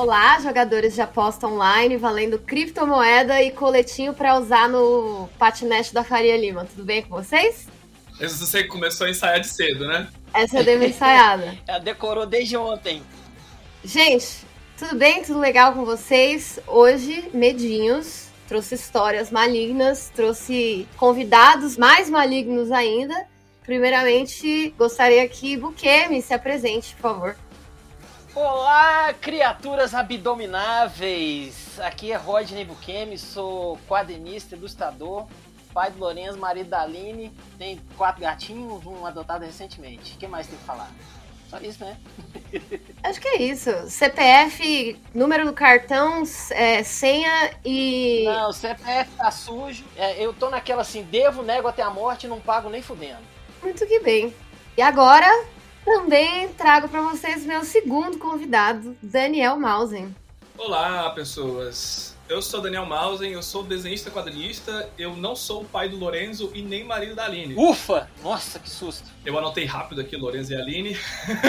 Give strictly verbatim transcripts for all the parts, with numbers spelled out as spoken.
Olá, jogadores de aposta online, valendo criptomoeda e coletinho para usar no patinete da Faria Lima. Tudo bem com vocês? Você começou a ensaiar de cedo, né? Essa eu dei uma ensaiada. Ela decorou desde ontem. Gente, tudo bem? Tudo legal com vocês? Hoje, medinhos, trouxe histórias malignas, trouxe convidados mais malignos ainda. Primeiramente, gostaria que Bukemi se apresente, por favor. Olá, criaturas abdomináveis! Aqui é Rodney Bukemi, sou quadrinista, ilustrador, pai do Lourenço, marido da Aline, tem quatro gatinhos, um adotado recentemente. O que mais tem que falar? Só isso, né? Acho que é isso. C P F, número do cartão, é, senha e... Não, o C P F tá sujo. É, eu tô naquela assim, devo, nego até a morte, não pago nem fudendo. Muito que bem. E agora... também trago para vocês meu segundo convidado, Daniel Mausen. Olá, pessoas. Eu sou Daniel Mausen, eu sou desenhista quadrinista, eu não sou o pai do Lorenzo e nem marido da Aline. Ufa! Nossa, que susto. Eu anotei rápido aqui Lorenzo e Aline.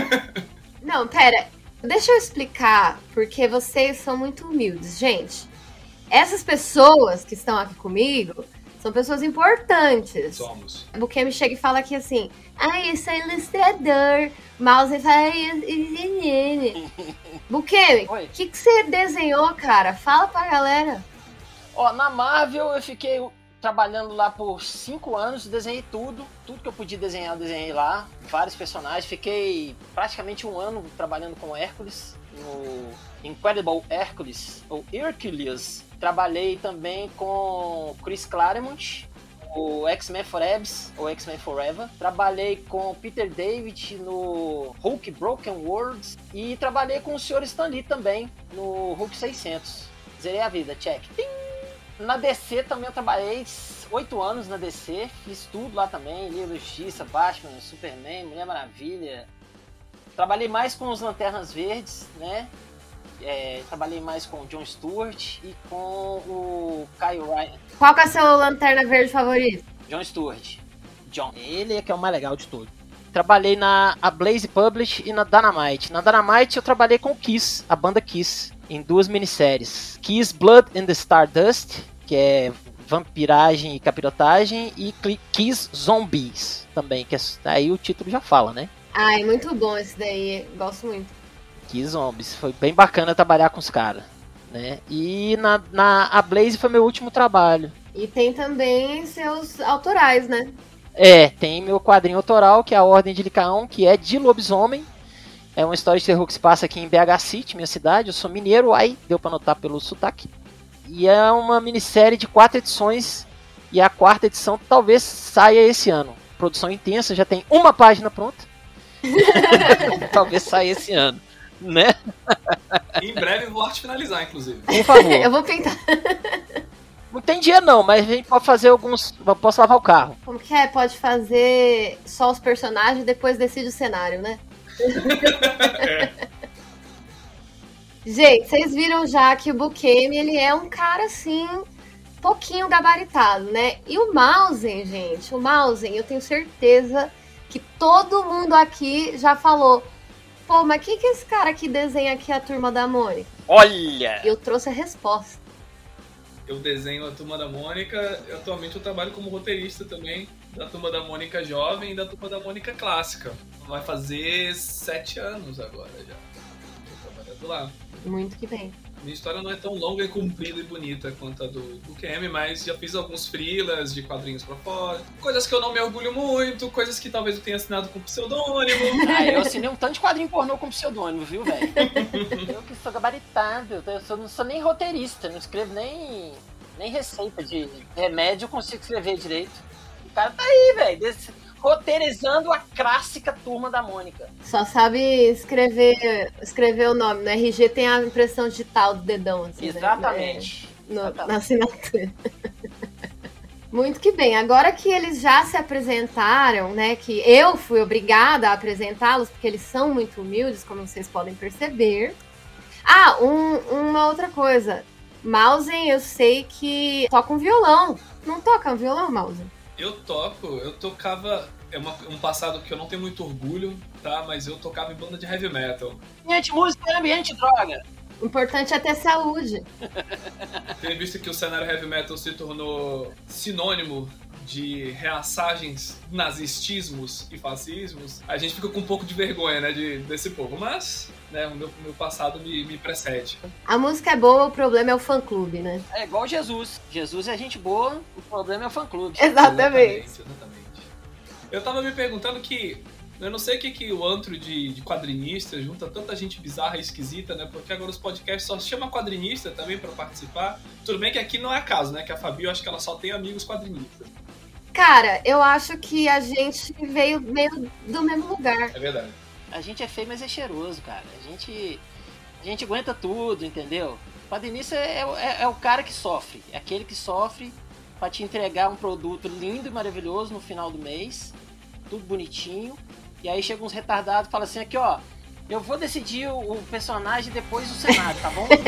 Não, pera. Deixa eu explicar, porque vocês são muito humildes. Gente, essas pessoas que estão aqui comigo... são pessoas importantes. Somos. O Bukemi chega e fala aqui assim, ai, eu sou ilustrador. Mouse fala, ai, eu... Bukemi, o que, que você desenhou, cara? Fala pra galera. Ó, na Marvel eu fiquei trabalhando lá por cinco anos, desenhei tudo. Tudo que eu podia desenhar, eu desenhei lá. Vários personagens. Fiquei praticamente um ano trabalhando com Hércules, no Incredible Hércules, ou Hercules. Trabalhei também com Chris Claremont, o X-Men Forever, ou X-Men Forever. Trabalhei com Peter David no Hulk Broken Worlds. E trabalhei com o senhor Stan Lee também no Hulk seiscentos. Zerei a vida, check. Tim! Na D C também eu trabalhei oito anos na D C. Fiz tudo lá também. Liga da Justiça, Batman, Superman, Mulher Maravilha. Trabalhei mais com os Lanternas Verdes, né? É, trabalhei mais com o John Stewart e com o Kyle Ryan. Qual que é o seu Lanterna Verde favorito? John Stewart. John. Ele é que é o mais legal de tudo. Trabalhei na a Blaze Publish e na Dynamite. Na Dynamite eu trabalhei com o Kiss, a banda Kiss, em duas minisséries. Kiss Blood in the Stardust, que é vampiragem e capirotagem, e Kiss Zombies também, que é, aí o título já fala, né? Ai, muito bom esse daí, gosto muito. Que Zombies, foi bem bacana trabalhar com os caras, né? E na, na a Blaze foi meu último trabalho. E tem também seus autorais, né? É, tem meu quadrinho autoral, que é a Ordem de Licaão, que é de lobisomem. É uma história de terror que se passa aqui em B H City, minha cidade. Eu sou mineiro, aí deu pra notar pelo sotaque. E é uma minissérie de quatro edições, e a quarta edição talvez saia esse ano. Produção intensa, já tem uma página pronta. Talvez saia esse ano. Né? Em breve vou arte finalizar, inclusive. Por favor. Eu vou pintar. Não tem dia não, mas a gente pode fazer alguns. Eu posso lavar o carro. Como que é? Pode fazer só os personagens e depois decide o cenário, né? É. Gente, vocês viram já que o Bukemi, ele é um cara assim, um pouquinho gabaritado, né? E o Mausen, gente, o Mausen, eu tenho certeza que todo mundo aqui já falou. Pô, mas quem que é esse cara que desenha aqui a Turma da Mônica? Olha! Eu trouxe a resposta. Eu desenho a Turma da Mônica, atualmente eu trabalho como roteirista também da Turma da Mônica Jovem e da Turma da Mônica Clássica. Vai fazer sete anos agora já. Tô trabalhando lá. Muito que bem. Minha história não é tão longa e comprida e bonita quanto a do Bukemi, mas já fiz alguns freelas de quadrinhos pra fora. Coisas que eu não me orgulho muito, coisas que talvez eu tenha assinado com pseudônimo. Ah, eu assinei um tanto de quadrinho pornô com pseudônimo, viu, velho? Eu que sou gabaritado, eu sou, não sou nem roteirista, não escrevo nem, nem receita de remédio, eu consigo escrever direito. O cara tá aí, velho, roteirizando a clássica Turma da Mônica. Só sabe escrever, escrever o nome. No R G tem a impressão digital do dedão. Assim, Exatamente. Né? No, Exatamente. Na assinatura. Muito que bem. Agora que eles já se apresentaram, né? Que eu fui obrigada a apresentá-los, porque eles são muito humildes, como vocês podem perceber. Ah, um, uma outra coisa. Mausen, eu sei que toca um violão. Não toca um violão, Mausen? Eu toco, eu tocava... É uma, um passado que eu não tenho muito orgulho, tá? Mas eu tocava em banda de heavy metal. Gente, música é ambiente, droga! O importante é ter saúde. Tendo visto que o cenário heavy metal se tornou sinônimo de reassagens, nazistismos e fascismos, a gente fica com um pouco de vergonha, né, de, desse povo. Mas, né, o meu, meu passado me, me precede. A música é boa, o problema é o fã-clube, né? É igual Jesus. Jesus é gente boa, o problema é o fã-clube. Exatamente. Exatamente, exatamente. Eu tava me perguntando que eu não sei o que, que o antro de, de quadrinista junta tanta gente bizarra e esquisita, né? Porque agora os podcasts só chama quadrinista também pra participar. Tudo bem que aqui não é caso, né? Que a Fabi, eu acho que ela só tem amigos quadrinistas. Cara, eu acho que a gente veio meio do mesmo lugar. É verdade. A gente é feio, mas é cheiroso, cara. A gente, a gente aguenta tudo, entendeu? O quadrinista é, é, é o cara que sofre. É aquele que sofre pra te entregar um produto lindo e maravilhoso no final do mês. Tudo bonitinho. E aí chega uns retardados e fala assim, aqui ó, eu vou decidir o, o personagem depois do cenário, tá bom?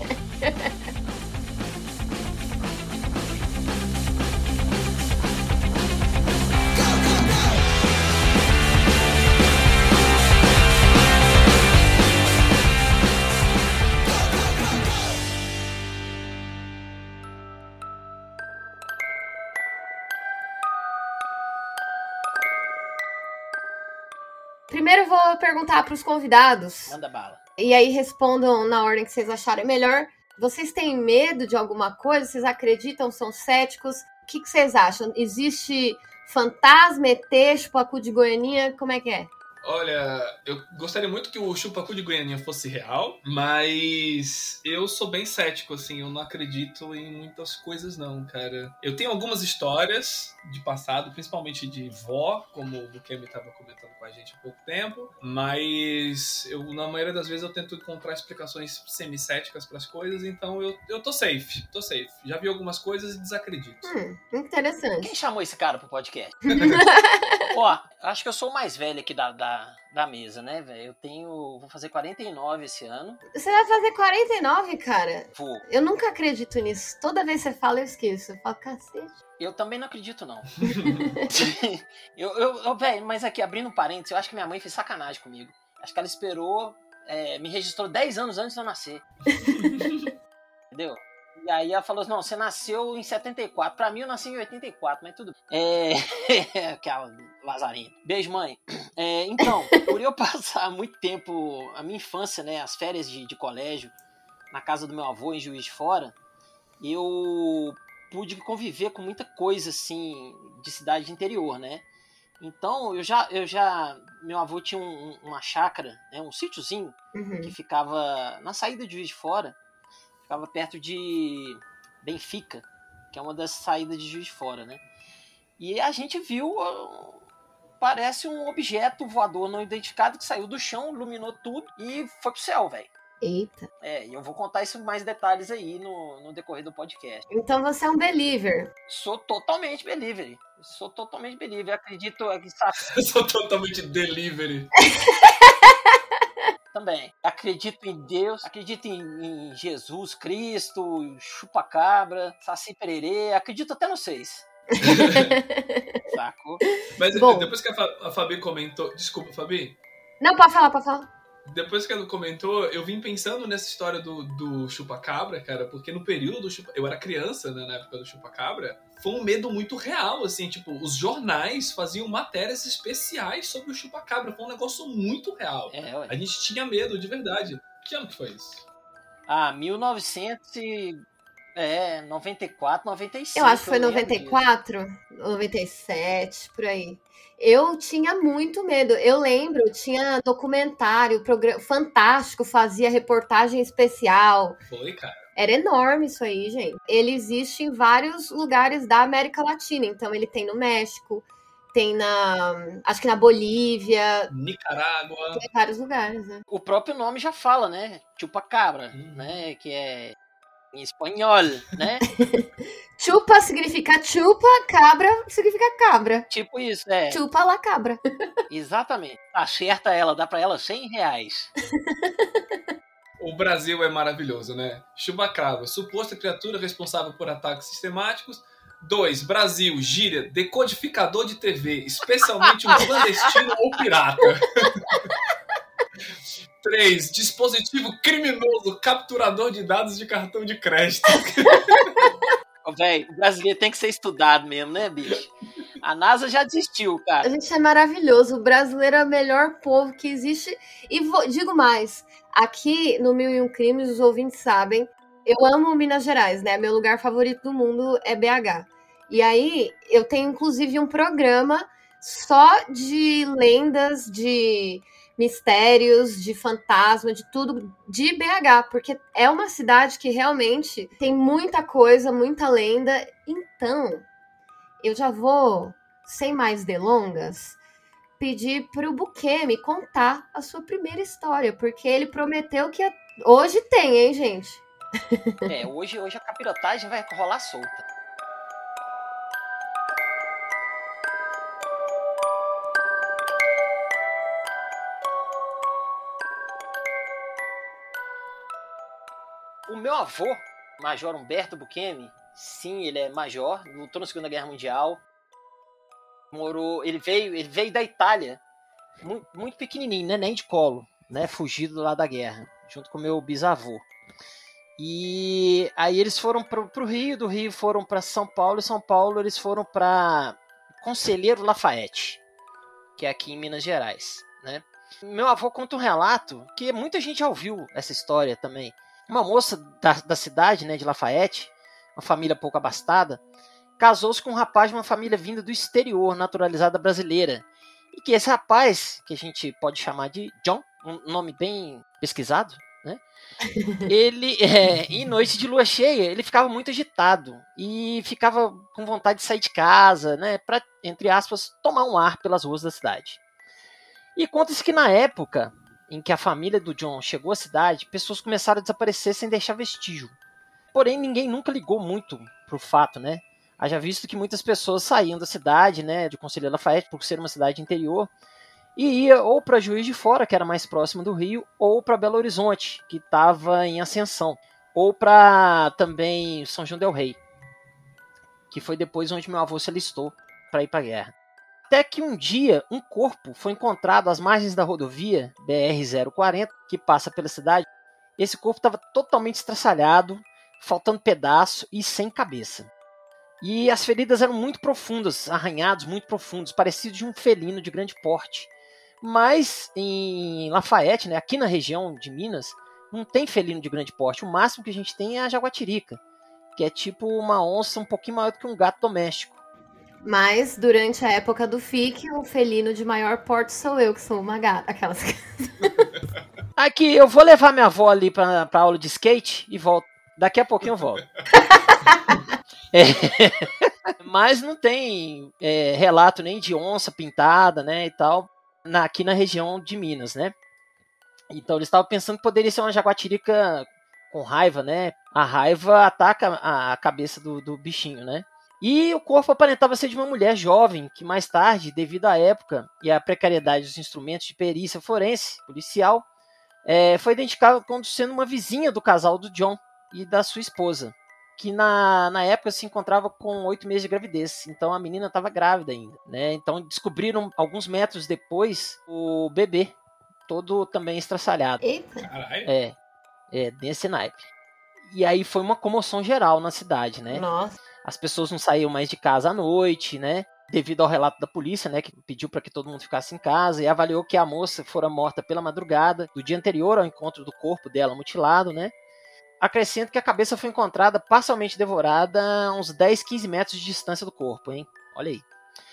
Primeiro eu vou perguntar para os convidados. Manda bala. E aí respondam na ordem que vocês acharem melhor. Vocês têm medo de alguma coisa? Vocês acreditam? São céticos? O que, que vocês acham? Existe fantasma, E T, chupacu de Goianinha? Como é que é? Olha, eu gostaria muito que o chupacu de Goianinha fosse real, mas eu sou bem cético, assim, eu não acredito em muitas coisas não, cara. Eu tenho algumas histórias de passado, principalmente de vó, como o Kemi estava comentando com a gente há pouco tempo, mas eu, na maioria das vezes eu tento encontrar explicações semicéticas para as coisas, então eu, eu tô safe, tô safe. Já vi algumas coisas e desacredito. Hum, interessante. Quem chamou esse cara pro podcast? Ó, acho que eu sou o mais velho aqui da, da, da mesa, né, velho? Eu tenho... Vou fazer quarenta e nove esse ano. Você vai fazer quarenta e nove, cara? Vou. Eu nunca acredito nisso. Toda vez que você fala, eu esqueço. Eu falo, cacete. Eu também não acredito, não. eu, eu, eu velho, mas aqui, abrindo um parênteses, eu acho que minha mãe fez sacanagem comigo. Acho que ela esperou... É, me registrou dez anos antes de eu nascer. Entendeu? E aí ela falou assim, não, você nasceu em setenta e quatro. Pra mim eu nasci em oitenta e quatro, mas tudo bem. É... Aquela lazarinha. Beijo, mãe. É, então, por eu passar muito tempo, a minha infância, né, as férias de, de colégio, na casa do meu avô em Juiz de Fora, eu pude conviver com muita coisa, assim, de cidade de interior, né? Então, eu já... Eu já meu avô tinha um, uma chácara, né, um sítiozinho, Uhum. que ficava na saída de Juiz de Fora. Ficava perto de Benfica, que é uma das saídas de Juiz de Fora, né? E a gente viu, parece um objeto voador não identificado que saiu do chão, iluminou tudo e foi pro céu, velho. Eita. É, e eu vou contar isso mais detalhes aí no, no decorrer do podcast. Então você é um believer. Sou totalmente believer. Sou totalmente believer. Acredito que Eu sou totalmente delivery. também. Acredito em Deus, acredito em, em Jesus Cristo, Chupacabra, Saci Pererê, acredito até nos seis. Sacou? Mas Bom. depois que a, Fa- a Fabi comentou... Desculpa, Fabi. Não, pode falar, pode falar. Depois que ela comentou, eu vim pensando nessa história do, do chupacabra, cara, porque no período do chupa... Eu era criança, né, na época do chupacabra. Foi um medo muito real, assim, tipo, os jornais faziam matérias especiais sobre o chupacabra. Foi um negócio muito real. É, ué. A gente tinha medo, de verdade. Que ano que foi isso? Ah, mil e novecentos e... É, noventa e quatro, noventa e cinco. Eu acho que foi lembro noventa e disso. quatro, noventa e sete, por aí. Eu tinha muito medo. Eu lembro, tinha documentário, programa Fantástico fazia reportagem especial. Foi, cara. Era enorme isso aí, gente. Ele existe em vários lugares da América Latina. Então, ele tem no México, tem na... acho que na Bolívia, Nicarágua. tem em vários lugares, né? O próprio nome já fala, né? Chupacabra, Uhum. né? Que é em espanhol, né? Chupa significa chupa, cabra significa cabra. Tipo isso, é. Chupa lá cabra. Exatamente. Acerta ela, dá pra ela cem reais. O Brasil é maravilhoso, né? Chupacabra, suposta criatura responsável por ataques sistemáticos. Dois, Brasil, gíria, decodificador de T V, especialmente um clandestino ou pirata. três. Dispositivo criminoso, capturador de dados de cartão de crédito. Véi, o brasileiro tem que ser estudado mesmo, né, bicho? A NASA já desistiu, cara. A gente é maravilhoso. O brasileiro é o melhor povo que existe. E vou, digo mais, aqui no Mil e Um Crimes, os ouvintes sabem, eu amo Minas Gerais, né? Meu lugar favorito do mundo é B H. E aí, eu tenho inclusive um programa só de lendas, de mistérios, de fantasma, de tudo de B H, porque é uma cidade que realmente tem muita coisa, muita lenda. Então, eu já vou, sem mais delongas, pedir pro Buquê me contar a sua primeira história, porque ele prometeu que hoje tem, hein, gente? É, hoje, hoje a capirotagem vai rolar solta. O meu avô, Major Humberto Buquemi, sim, ele é major, lutou na Segunda Guerra Mundial. Morou, ele veio, ele veio da Itália, muito, muito pequenininho, né, nem de colo, né, fugido lá da guerra, junto com meu bisavô. E aí eles foram para o Rio, do Rio foram para São Paulo, e São Paulo eles foram para Conselheiro Lafayette, que é aqui em Minas Gerais, né. Meu avô conta um relato que muita gente já ouviu essa história também. Uma moça da, da cidade, né, de Lafayette, uma família pouco abastada, casou-se com um rapaz de uma família vinda do exterior, naturalizada brasileira. E que esse rapaz, que a gente pode chamar de John, um nome bem pesquisado, né? Ele, é, em noite de lua cheia, ele ficava muito agitado e ficava com vontade de sair de casa, né, para, entre aspas, tomar um ar pelas ruas da cidade. E conta-se que na época em que a família do John chegou à cidade, pessoas começaram a desaparecer sem deixar vestígio. Porém, ninguém nunca ligou muito pro fato, né? Haja visto que muitas pessoas saíam da cidade, né, de Conselheiro Lafayette, por ser uma cidade interior, e ia ou para Juiz de Fora, que era mais próximo do Rio, ou para Belo Horizonte, que estava em ascensão, ou para também São João del Rei, que foi depois onde meu avô se alistou para ir para a guerra. Até que um dia, um corpo foi encontrado às margens da rodovia B R zero quarenta, que passa pela cidade. Esse corpo estava totalmente estraçalhado, faltando pedaço e sem cabeça. E as feridas eram muito profundas, arranhados muito profundos, parecidos de um felino de grande porte. Mas em Lafayette, né, aqui na região de Minas, não tem felino de grande porte. O máximo que a gente tem é a jaguatirica, que é tipo uma onça um pouquinho maior do que um gato doméstico. Mas, durante a época do F I C, o felino de maior porte sou eu, que sou uma gata. Aquelas... Aqui, eu vou levar minha avó ali pra, pra aula de skate e volto. Daqui a pouquinho eu volto. É, mas não tem é, relato nem de onça pintada, né, e tal, na, aqui na região de Minas, né. Então eles estavam pensando que poderia ser uma jaguatirica com raiva, né. A raiva ataca a, a cabeça do, do bichinho, né. E o corpo aparentava ser de uma mulher jovem, que mais tarde, devido à época e à precariedade dos instrumentos de perícia forense, policial, é, foi identificado como sendo uma vizinha do casal do John e da sua esposa, que na, na época se encontrava com oito meses de gravidez. Então a menina estava grávida ainda, né? Então descobriram, alguns metros depois, o bebê, todo também estraçalhado. Eita! Caralho. É, é, desse naipe. E aí foi uma comoção geral na cidade, né? Nossa. As pessoas não saíam mais de casa à noite, né? Devido ao relato da polícia, né? Que pediu para que todo mundo ficasse em casa e avaliou que a moça fora morta pela madrugada do dia anterior ao encontro do corpo dela mutilado, né? Acrescento que a cabeça foi encontrada parcialmente devorada a uns dez, quinze metros de distância do corpo, hein? Olha aí.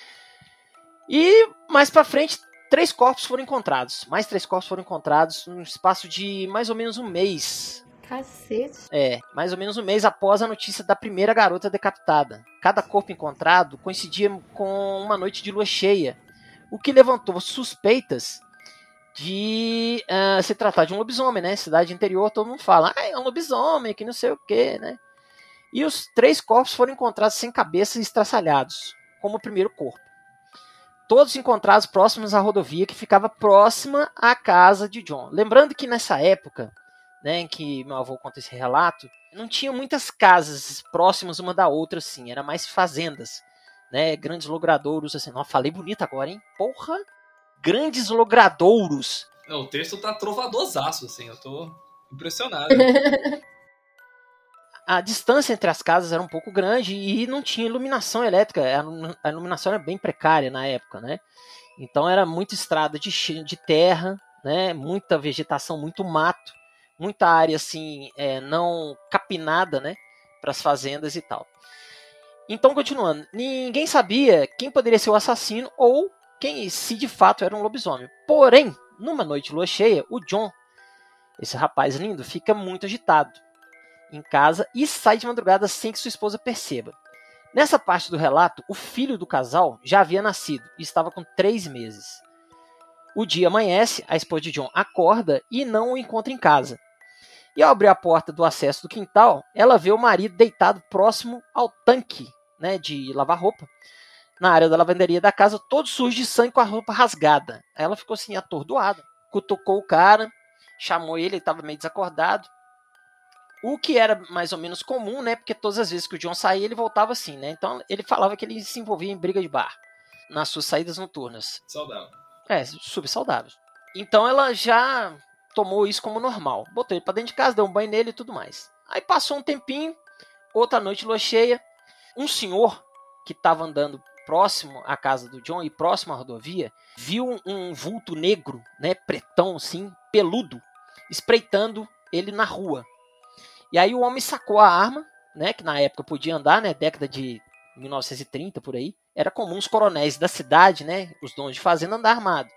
E mais pra frente, três corpos foram encontrados. Mais três corpos foram encontrados num espaço de mais ou menos um mês. Cacete. É, mais ou menos um mês após a notícia da primeira garota decapitada. Cada corpo encontrado coincidia com uma noite de lua cheia, o que levantou suspeitas de uh, se tratar de um lobisomem, né? Cidade interior, todo mundo fala, ah, é um lobisomem, que não sei o que, né? E os três corpos foram encontrados sem cabeça e estraçalhados, como o primeiro corpo. Todos encontrados próximos à rodovia que ficava próxima à casa de John. Lembrando que nessa época, né, em que meu avô conta esse relato, não tinha muitas casas próximas uma da outra, assim, era mais fazendas, né? Grandes logradouros, assim. Não, falei bonito agora, hein? Porra! Grandes logradouros Não, o texto tá trovadorzaço, assim, eu tô impressionado. A distância entre as casas era um pouco grande e não tinha iluminação elétrica. A iluminação era bem precária na época, né? Então era muita estrada de, de terra, né? Muita vegetação, muito mato, muita área assim é, não capinada, né? Para as fazendas e tal. Então, continuando, ninguém sabia quem poderia ser o assassino ou quem se de fato era um lobisomem. Porém, numa noite de lua cheia, o John, esse rapaz lindo, fica muito agitado em casa e sai de madrugada sem que sua esposa perceba. Nessa parte do relato, o filho do casal já havia nascido e estava com três meses. O dia amanhece, a esposa de John acorda e não o encontra em casa. E ao abrir a porta do acesso do quintal, ela vê o marido deitado próximo ao tanque, né, de lavar roupa, na área da lavanderia da casa, todo sujo de sangue com a roupa rasgada. Ela ficou assim, atordoada. Cutucou o cara, chamou ele, ele estava meio desacordado. O que era mais ou menos comum, né? Porque todas as vezes que o John saía, ele voltava assim, né? Então ele falava que ele se envolvia em briga de bar nas suas saídas noturnas. Saudável. É, super saudável. Então ela já tomou isso como normal. Botou ele pra dentro de casa, deu um banho nele e tudo mais. Aí passou um tempinho, outra noite lua cheia, um senhor que estava andando próximo à casa do John e próximo à rodovia, viu um vulto negro, né, pretão assim, peludo, espreitando ele na rua. E aí o homem sacou a arma, né, que na época podia andar, né, década de mil novecentos e trinta por aí, era comum os coronéis da cidade, né, os donos de fazenda andar armado.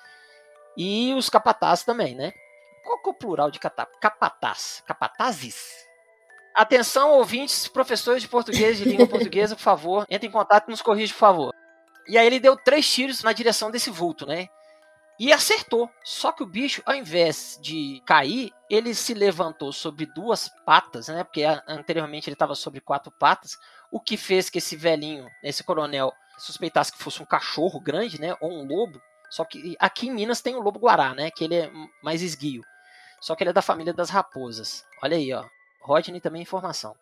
E os capatazes também, né? Qual que é o plural de capataz? Capatazes? Atenção, ouvintes, professores de português de língua portuguesa, por favor, entrem em contato e nos corrija, por favor. E aí ele deu três tiros na direção desse vulto, né? E acertou. Só que o bicho, ao invés de cair, ele se levantou sobre duas patas, né? Porque anteriormente ele estava sobre quatro patas, o que fez que esse velhinho, esse coronel, suspeitasse que fosse um cachorro grande, né? Ou um lobo. Só que aqui em Minas tem o lobo-guará, né? Que ele é mais esguio. Só que ele é da família das raposas. Olha aí, ó. Rodney também é informação.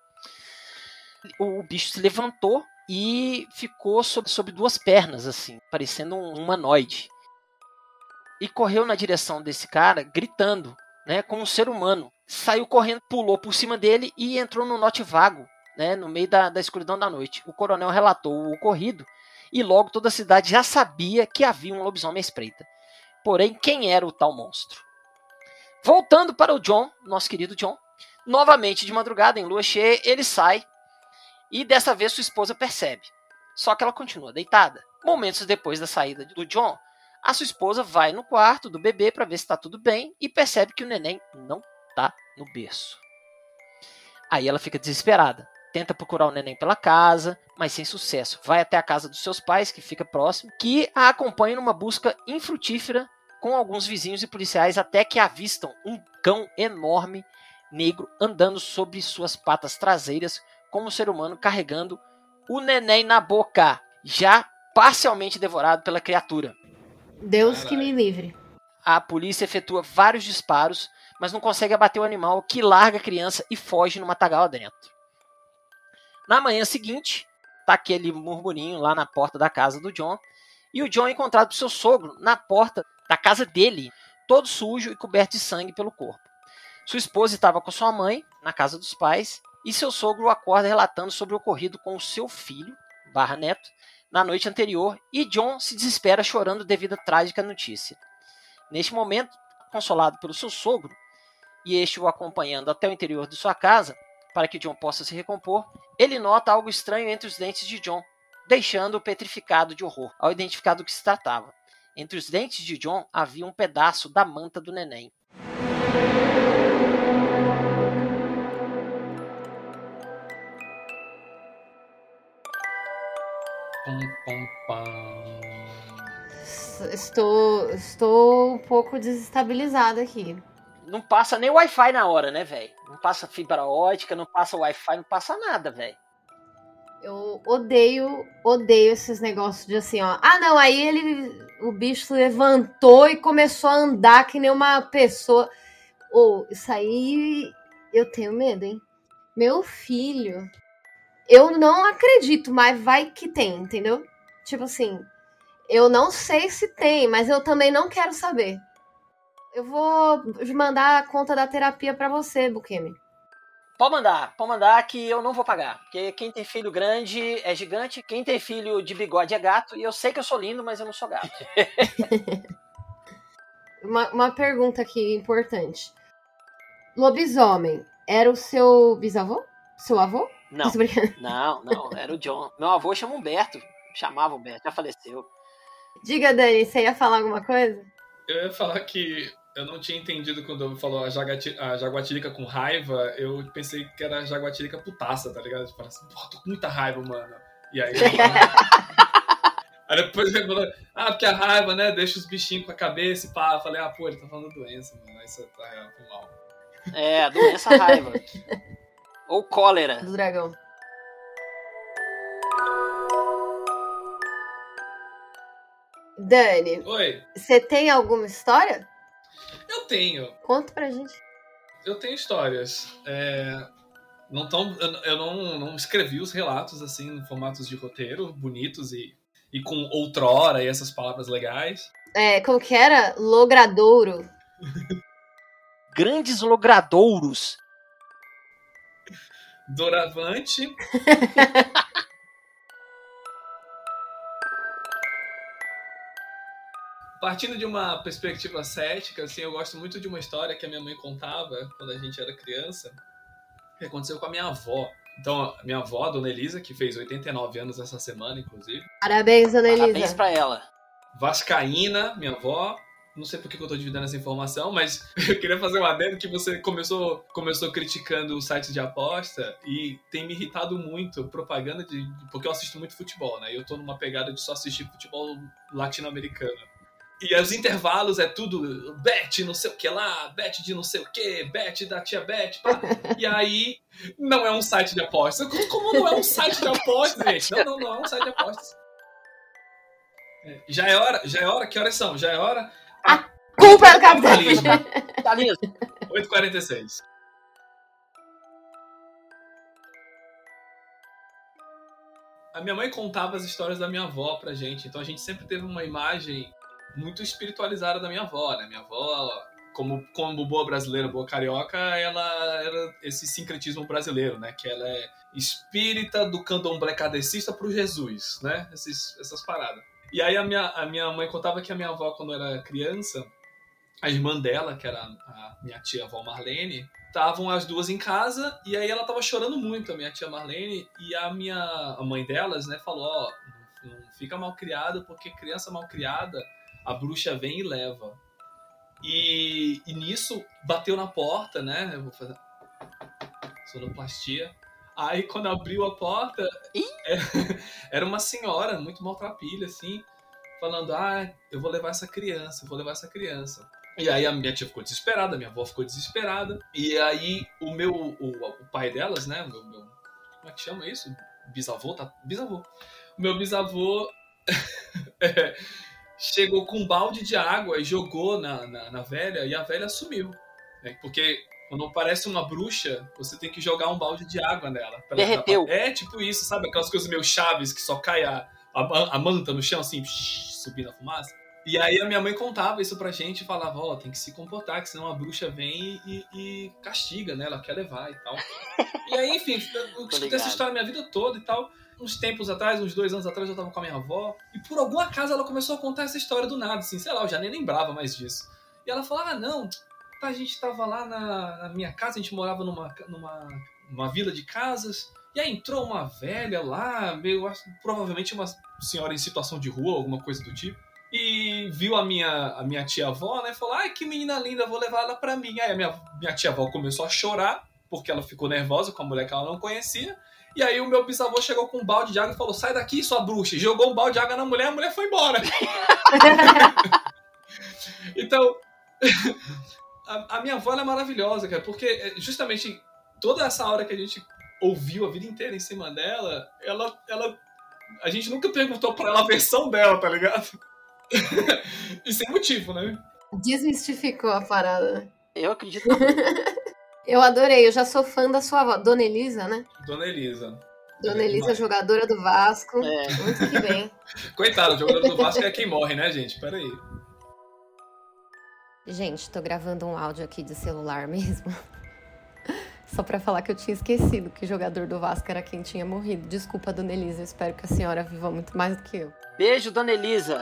O bicho se levantou e ficou sobre, sobre duas pernas, assim, parecendo um humanoide. E correu na direção desse cara, gritando, né, como um ser humano. Saiu correndo, pulou por cima dele e entrou no lote vago, né, no meio da, da escuridão da noite. O coronel relatou o ocorrido e logo toda a cidade já sabia que havia um lobisomem à espreita. Porém, quem era o tal monstro? Voltando para o John, nosso querido John, novamente de madrugada, em lua cheia, ele sai e dessa vez sua esposa percebe. Só que ela continua deitada. Momentos depois da saída do John, a sua esposa vai no quarto do bebê para ver se está tudo bem e percebe que o neném não está no berço. Aí ela fica desesperada. Tenta procurar o neném pela casa, mas sem sucesso. Vai até a casa dos seus pais, que fica próximo, que a acompanha numa busca infrutífera com alguns vizinhos e policiais até que avistam um cão enorme, negro, andando sobre suas patas traseiras como um ser humano carregando o neném na boca, já parcialmente devorado pela criatura. Deus que me livre. A polícia efetua vários disparos, mas não consegue abater o animal, que larga a criança e foge no matagal dentro. Na manhã seguinte, tá aquele murmurinho lá na porta da casa do John, e o John é encontrado por seu sogro na porta da casa dele, todo sujo e coberto de sangue pelo corpo. Sua esposa estava com sua mãe, na casa dos pais, e seu sogro o acorda relatando sobre o ocorrido com o seu filho, barra neto, na noite anterior, e John se desespera chorando devido à trágica notícia. Neste momento, consolado pelo seu sogro, e este o acompanhando até o interior de sua casa, para que John possa se recompor, ele nota algo estranho entre os dentes de John, deixando-o petrificado de horror, ao identificar do que se tratava. Entre os dentes de John havia um pedaço da manta do neném. Pum, pum, pum. Estou, estou um pouco desestabilizada aqui. Não passa nem Wi-Fi na hora, né, velho? Não passa fibra ótica, não passa Wi-Fi, não passa nada, velho. Eu odeio, odeio esses negócios de assim, ó. Ah, não, aí ele, o bicho levantou e começou a andar que nem uma pessoa. Ou, oh, isso aí, eu tenho medo, hein? Meu filho, eu não acredito, mas vai que tem, entendeu? Tipo assim, eu não sei se tem, mas eu também não quero saber. Eu vou mandar a conta da terapia pra você, Bukemi. Pode mandar, pode mandar que eu não vou pagar. Porque quem tem filho grande é gigante, quem tem filho de bigode é gato, e eu sei que eu sou lindo, mas eu não sou gato. uma, uma pergunta aqui importante. Lobisomem era o seu bisavô? Seu avô? Não, não, não, era o John. Meu avô chama Humberto, chamava Humberto, já faleceu. Diga, Dani, você ia falar alguma coisa? Eu ia falar que eu não tinha entendido quando falou a, jagati, a jaguatirica com raiva, eu pensei que era a jaguatirica putaça, tá ligado? Eu falei assim, pô, tô com muita raiva, mano. E aí... aí depois ele falou, ah, porque a raiva, né, deixa os bichinhos com a cabeça e pá. Eu falei, ah, pô, ele tá falando doença, mano. Aí isso tá real, foi mal. É, doença raiva. Ou cólera. Do dragão. Dani. Oi. Você tem alguma história? Eu tenho. Conta pra gente. Eu tenho histórias. É, não tão, eu, eu não, não escrevi os relatos assim em formatos de roteiro, bonitos e, e com outrora e essas palavras legais. É, como que era? Logradouro. Grandes logradouros. Doravante. Partindo de uma perspectiva cética, assim, eu gosto muito de uma história que a minha mãe contava quando a gente era criança, que aconteceu com a minha avó. Então, a minha avó, a Dona Elisa, que fez oitenta e nove anos essa semana, inclusive. Parabéns, Dona Elisa. Parabéns pra ela. Vascaína, minha avó. Não sei por que eu tô dividindo essa informação, mas eu queria fazer um adendo que você começou, começou criticando o site de aposta e tem me irritado muito propaganda de... Porque eu assisto muito futebol, né? E eu tô numa pegada de só assistir futebol latino-americano. E os intervalos é tudo bet não sei o que lá, bet de não sei o que, bet da tia Bet, pá. E aí não é um site de apostas. Como não é um site de apostas, gente? Não, não, não é um site de apostas. É, já é hora, já é hora, que horas são? Já é hora... A culpa é do capitalismo. Capitalismo. oito e quarenta e seis. A minha mãe contava as histórias da minha avó pra gente, então a gente sempre teve uma imagem muito espiritualizada da minha avó, né? Minha avó, como, como boa brasileira, boa carioca, ela era esse sincretismo brasileiro, né? Que ela é espírita do candomblé kardecista pro Jesus, né? Esses, essas paradas. E aí a minha, a minha mãe contava que a minha avó, quando era criança, a irmã dela, que era a minha tia-avó Marlene, estavam as duas em casa, e aí ela tava chorando muito, a minha tia Marlene, e a minha a mãe delas, né, falou, ó, não, não fica mal criada, porque criança mal criada, a bruxa vem e leva. E, e nisso, bateu na porta, né, eu vou fazer sonoplastia. Aí, quando abriu a porta, era uma senhora muito maltrapilha, assim, falando, ah, eu vou levar essa criança, eu vou levar essa criança. E aí a minha tia ficou desesperada, a minha avó ficou desesperada. E aí o meu, o, o pai delas, né, o meu, meu, como é que chama isso? Bisavô, tá? Bisavô. O meu bisavô é, chegou com um balde de água e jogou na, na, na velha, e a velha sumiu. Né? Porque... quando aparece uma bruxa, você tem que jogar um balde de água nela. Derreteu. Ela... É, tipo isso, sabe? Aquelas coisas meio chaves que só cai a, a, a manta no chão, assim, psh, subindo a fumaça. E aí a minha mãe contava isso pra gente e falava, ó, oh, tem que se comportar, que senão a bruxa vem e, e castiga, né? Ela quer levar e tal. E aí, enfim, eu escutei essa história a minha vida toda e tal. Uns tempos atrás, uns dois anos atrás, eu tava com a minha avó. E por algum acaso ela começou a contar essa história do nada, assim, sei lá, eu já nem lembrava mais disso. E ela falou, ah, não... a gente tava lá na, na minha casa, a gente morava numa, numa uma vila de casas, e aí entrou uma velha lá, meio, provavelmente uma senhora em situação de rua, alguma coisa do tipo, e viu a minha, a minha tia-avó, né, e falou, ai, que menina linda, vou levar ela pra mim. Aí a minha, minha tia-avó começou a chorar, porque ela ficou nervosa com a mulher que ela não conhecia, e aí o meu bisavô chegou com um balde de água e falou, sai daqui, sua bruxa, e jogou um balde de água na mulher, a mulher foi embora. Então... A, a minha avó é maravilhosa, cara, porque justamente toda essa hora que a gente ouviu a vida inteira em cima dela, ela, ela a gente nunca perguntou pra ela a versão dela, tá ligado? E sem motivo, né? Desmistificou a parada. Eu acredito. Eu adorei, eu já sou fã da sua avó, Dona Elisa, né? Dona Elisa. Dona Elisa, jogadora do Vasco. É. Muito que bem. Coitado, o jogador do Vasco é quem morre, né, gente? Peraí. Gente, tô gravando um áudio aqui de celular mesmo. Só pra falar que eu tinha esquecido que o jogador do Vasco era quem tinha morrido. Desculpa, dona Elisa, eu espero que a senhora viva muito mais do que eu. Beijo, dona Elisa.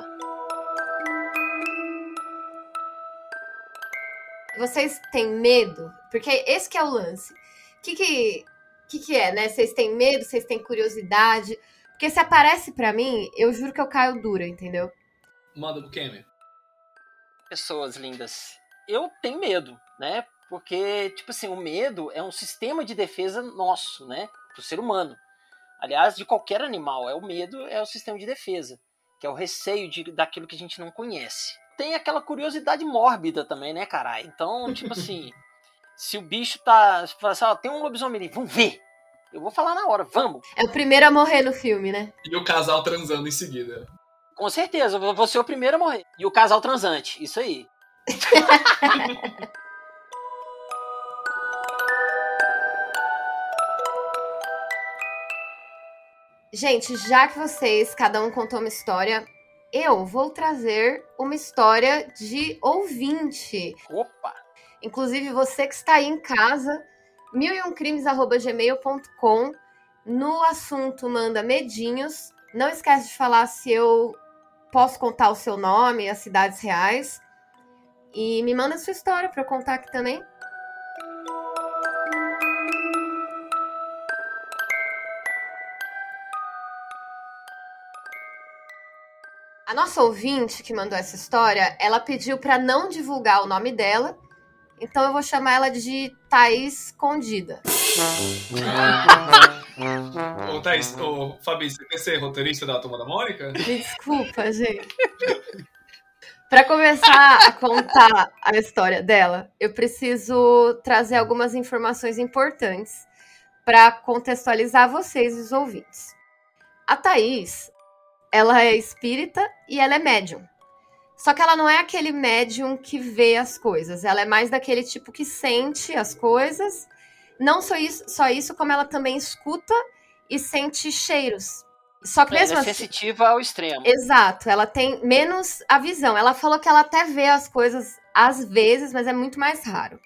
Vocês têm medo? Porque esse que é o lance. O que que, que que é, né? Vocês têm medo? Vocês têm curiosidade? Porque se aparece pra mim, eu juro que eu caio dura, entendeu? Manda pro Kemi. Pessoas lindas. Eu tenho medo, né? Porque, tipo assim, o medo é um sistema de defesa nosso, né? Pro ser humano. Aliás, de qualquer animal. É o medo, é o sistema de defesa. Que é o receio de, daquilo que a gente não conhece. Tem aquela curiosidade mórbida também, né, caralho? Então, tipo assim, se o bicho tá... Fala assim, ó, tem um lobisomem ali, vamos ver. Eu vou falar na hora, vamos. É o primeiro a morrer no filme, né? E o casal transando em seguida. Com certeza, eu vou ser o primeiro a morrer. E o casal transante, isso aí. Gente, já que vocês, cada um contou uma história, eu vou trazer uma história de ouvinte. Opa! Inclusive, você que está aí em casa, mil e um crimes arroba gmail ponto com. No assunto, manda medinhos. Não esquece de falar se eu posso contar o seu nome, as cidades reais. E me manda a sua história para eu contar aqui também. A nossa ouvinte que mandou essa história, ela pediu para não divulgar o nome dela, então eu vou chamar ela de Thaís Escondida. Ô, Thaís, ô, Fabi, você quer ser roteirista da Turma da Mônica? Me desculpa, gente. Para começar a contar a história dela, eu preciso trazer algumas informações importantes para contextualizar vocês, os ouvintes. A Thaís, ela é espírita e ela é médium. Só que ela não é aquele médium que vê as coisas. Ela é mais daquele tipo que sente as coisas. Não só isso, só isso como ela também escuta e sente cheiros. Só que mesmo ela é assim, sensitiva ao extremo. Exato. Ela tem menos a visão. Ela falou que ela até vê as coisas às vezes, mas é muito mais raro.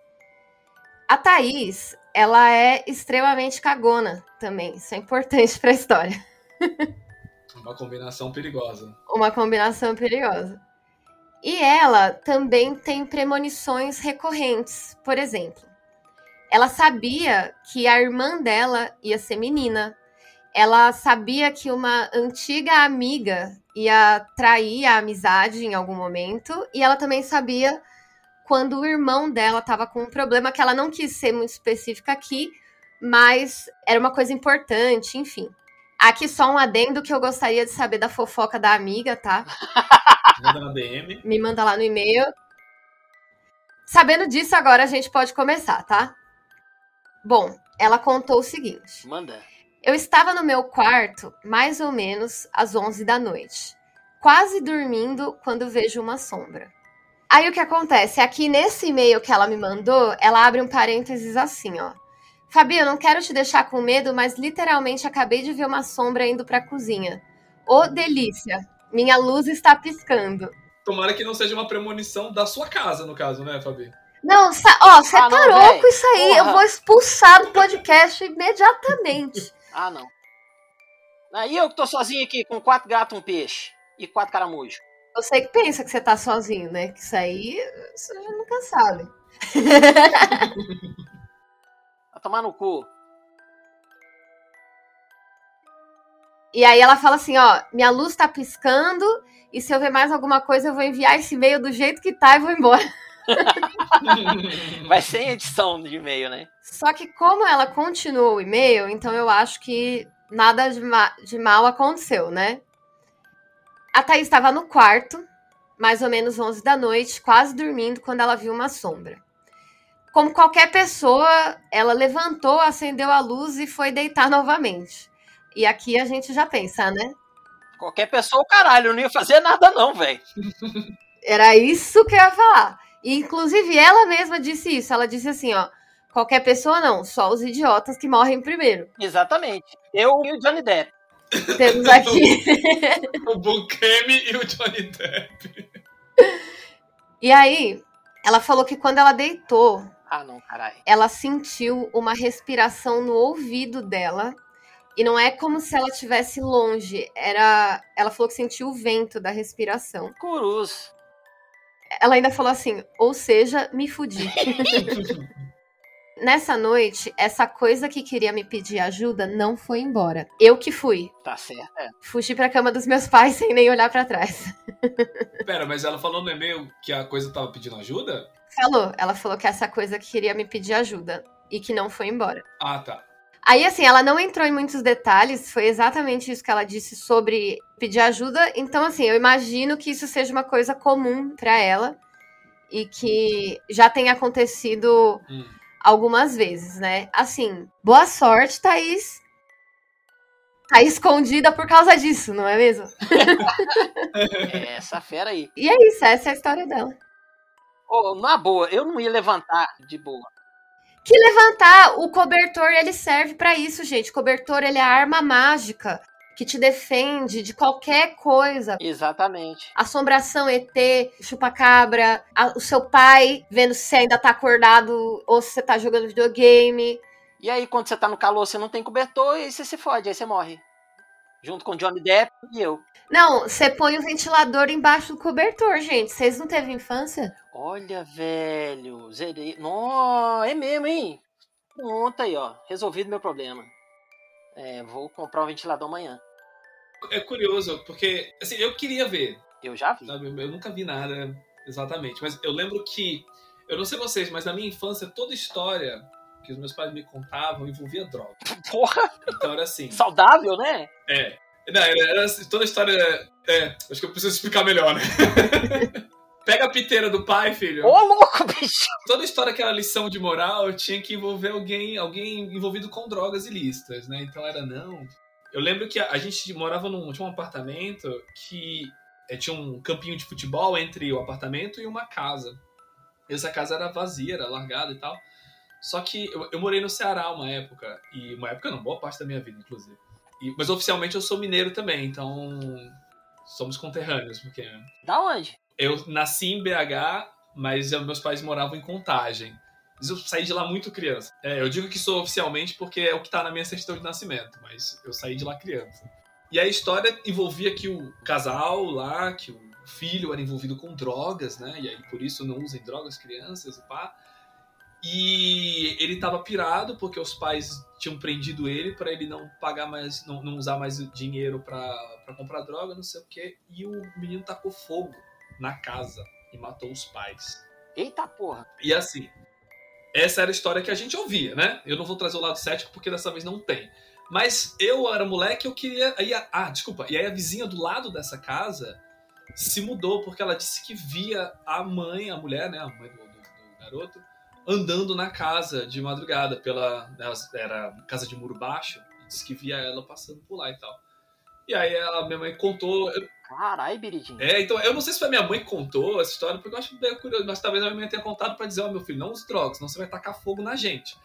A Thaís, ela é extremamente cagona também. Isso é importante para a história. Uma combinação perigosa. Uma combinação perigosa. E ela também tem premonições recorrentes. Por exemplo, ela sabia que a irmã dela ia ser menina. Ela sabia que uma antiga amiga ia trair a amizade em algum momento. E ela também sabia quando o irmão dela estava com um problema que ela não quis ser muito específica aqui, mas era uma coisa importante, enfim. Aqui só um adendo que eu gostaria de saber da fofoca da amiga, tá? Manda na D M. Me manda lá no e-mail. Sabendo disso, agora a gente pode começar, tá? Bom, ela contou o seguinte. Manda. Eu estava no meu quarto, mais ou menos às onze da noite. Quase dormindo quando vejo uma sombra. Aí o que acontece? Aqui nesse e-mail que ela me mandou, ela abre um parênteses assim, ó. Fabi, eu não quero te deixar com medo, mas literalmente acabei de ver uma sombra indo pra cozinha. Ô, delícia! Minha luz está piscando. Tomara que não seja uma premonição da sua casa, no caso, né, Fabi? Não, ó, você ah, tá não, louco véio. isso aí. Porra. Eu vou expulsar do podcast imediatamente. Ah, não. Aí eu que tô sozinho aqui com quatro gatos, um peixe e quatro caramujos. Você que pensa que você tá sozinho, né? Que isso aí você já nunca sabe. Vai tomar no cu. E aí ela fala assim, ó, minha luz tá piscando e se eu ver mais alguma coisa eu vou enviar esse e-mail do jeito que tá e vou embora. Vai sem edição de e-mail, né? Só que como ela continuou o e-mail, então eu acho que nada de, ma- de mal aconteceu, né? A Thaís estava no quarto, mais ou menos onze da noite, quase dormindo, quando ela viu uma sombra. Como qualquer pessoa, ela levantou, acendeu a luz e foi deitar novamente. E aqui a gente já pensa, né? Qualquer pessoa, caralho, eu não ia fazer nada não, velho. Era isso que eu ia falar. E, inclusive, ela mesma disse isso. Ela disse assim, ó, qualquer pessoa não, só os idiotas que morrem primeiro. Exatamente. Eu e o Johnny Depp. Temos aqui... O Bukemi e o Johnny Depp. E aí, Ela falou que quando ela deitou, Ah, não, caralho. ela sentiu uma respiração no ouvido dela. E não é como se ela estivesse longe. Era, ela falou que sentiu o vento da respiração. Curuz. Ela ainda falou assim, ou seja, me fudi. Nessa noite, essa coisa que queria me pedir ajuda não foi embora. Eu que fui. Tá certo, é. Fugi pra cama dos meus pais sem nem olhar pra trás. Pera, mas ela falou no e-mail que a coisa tava pedindo ajuda? Falou. Ela falou que essa coisa que queria me pedir ajuda. E que não foi embora. Ah, tá. Aí, assim, ela não entrou em muitos detalhes. Foi exatamente isso que ela disse sobre pedir ajuda. Então, assim, eu imagino que isso seja uma coisa comum pra ela. E que já tenha acontecido... Hum. Algumas vezes, né? Assim, boa sorte, Thaís. Tá escondida por causa disso, não é mesmo? É essa fera aí. E é isso, essa é a história dela. Ô, na boa, eu não ia levantar de boa. Que levantar o cobertor, ele serve pra isso, gente. O cobertor, ele é a arma mágica que te defende de qualquer coisa. Exatamente. Assombração, E T, chupacabra, a, o seu pai vendo se você ainda tá acordado ou se você tá jogando videogame. E aí, quando você tá no calor, você não tem cobertor e você se fode, aí você morre. Junto com Johnny Depp e eu. Não, você põe o ventilador embaixo do cobertor, gente. Vocês não teve infância? Olha, velho, zerei. Nó, é mesmo, hein? Pronto aí, ó. Resolvido meu problema. É, vou comprar um ventilador amanhã. É curioso, porque, assim, eu queria ver. Eu já vi. Sabe? Eu nunca vi nada exatamente. Mas eu lembro que, eu não sei vocês, mas na minha infância, toda história que os meus pais me contavam envolvia droga. Porra! Então era assim. Saudável, né? É. Não, era, era assim, toda história. É, acho que eu preciso explicar melhor, né? Pega a piteira do pai, filho. Ô, louco, bicho! Toda história que era lição de moral tinha que envolver alguém, alguém envolvido com drogas ilícitas, né? Então era não. Eu lembro que a, a gente morava num tinha um apartamento que é, tinha um campinho de futebol entre o apartamento e uma casa. Essa casa era vazia, era largada e tal. Só que eu, eu morei no Ceará uma época, e uma época não, boa parte da minha vida, inclusive. E, mas oficialmente eu sou mineiro também, então somos conterrâneos, porque... Da onde? Eu nasci em B H, mas meus pais moravam em Contagem. Mas eu saí de lá muito criança. É, eu digo que sou oficialmente porque é o que tá na minha certidão de nascimento, mas eu saí de lá criança. E a história envolvia que o casal lá, que o filho era envolvido com drogas, né? E aí por isso não usem drogas crianças e pá. E ele tava pirado porque os pais tinham prendido ele pra ele não pagar mais, não, não usar mais dinheiro pra, pra comprar droga, não sei o quê. E o menino tacou fogo na casa e matou os pais. Eita porra. E assim, essa era a história que a gente ouvia, né? Eu não vou trazer o lado cético porque dessa vez não tem. Mas eu era moleque, eu queria... Aí a... Ah, desculpa. E aí a vizinha do lado dessa casa se mudou porque ela disse que via a mãe, a mulher, né? A mãe do, do, do garoto, andando na casa de madrugada pela... Era casa de muro baixo. E disse que via ela passando por lá e tal. E aí a minha mãe contou... Caralho, Biridinho. É, então, eu não sei se foi a minha mãe que contou essa história, porque eu acho bem curioso, mas talvez a minha mãe tenha contado pra dizer, ó, oh, meu filho, não use drogas, senão você vai tacar fogo na gente.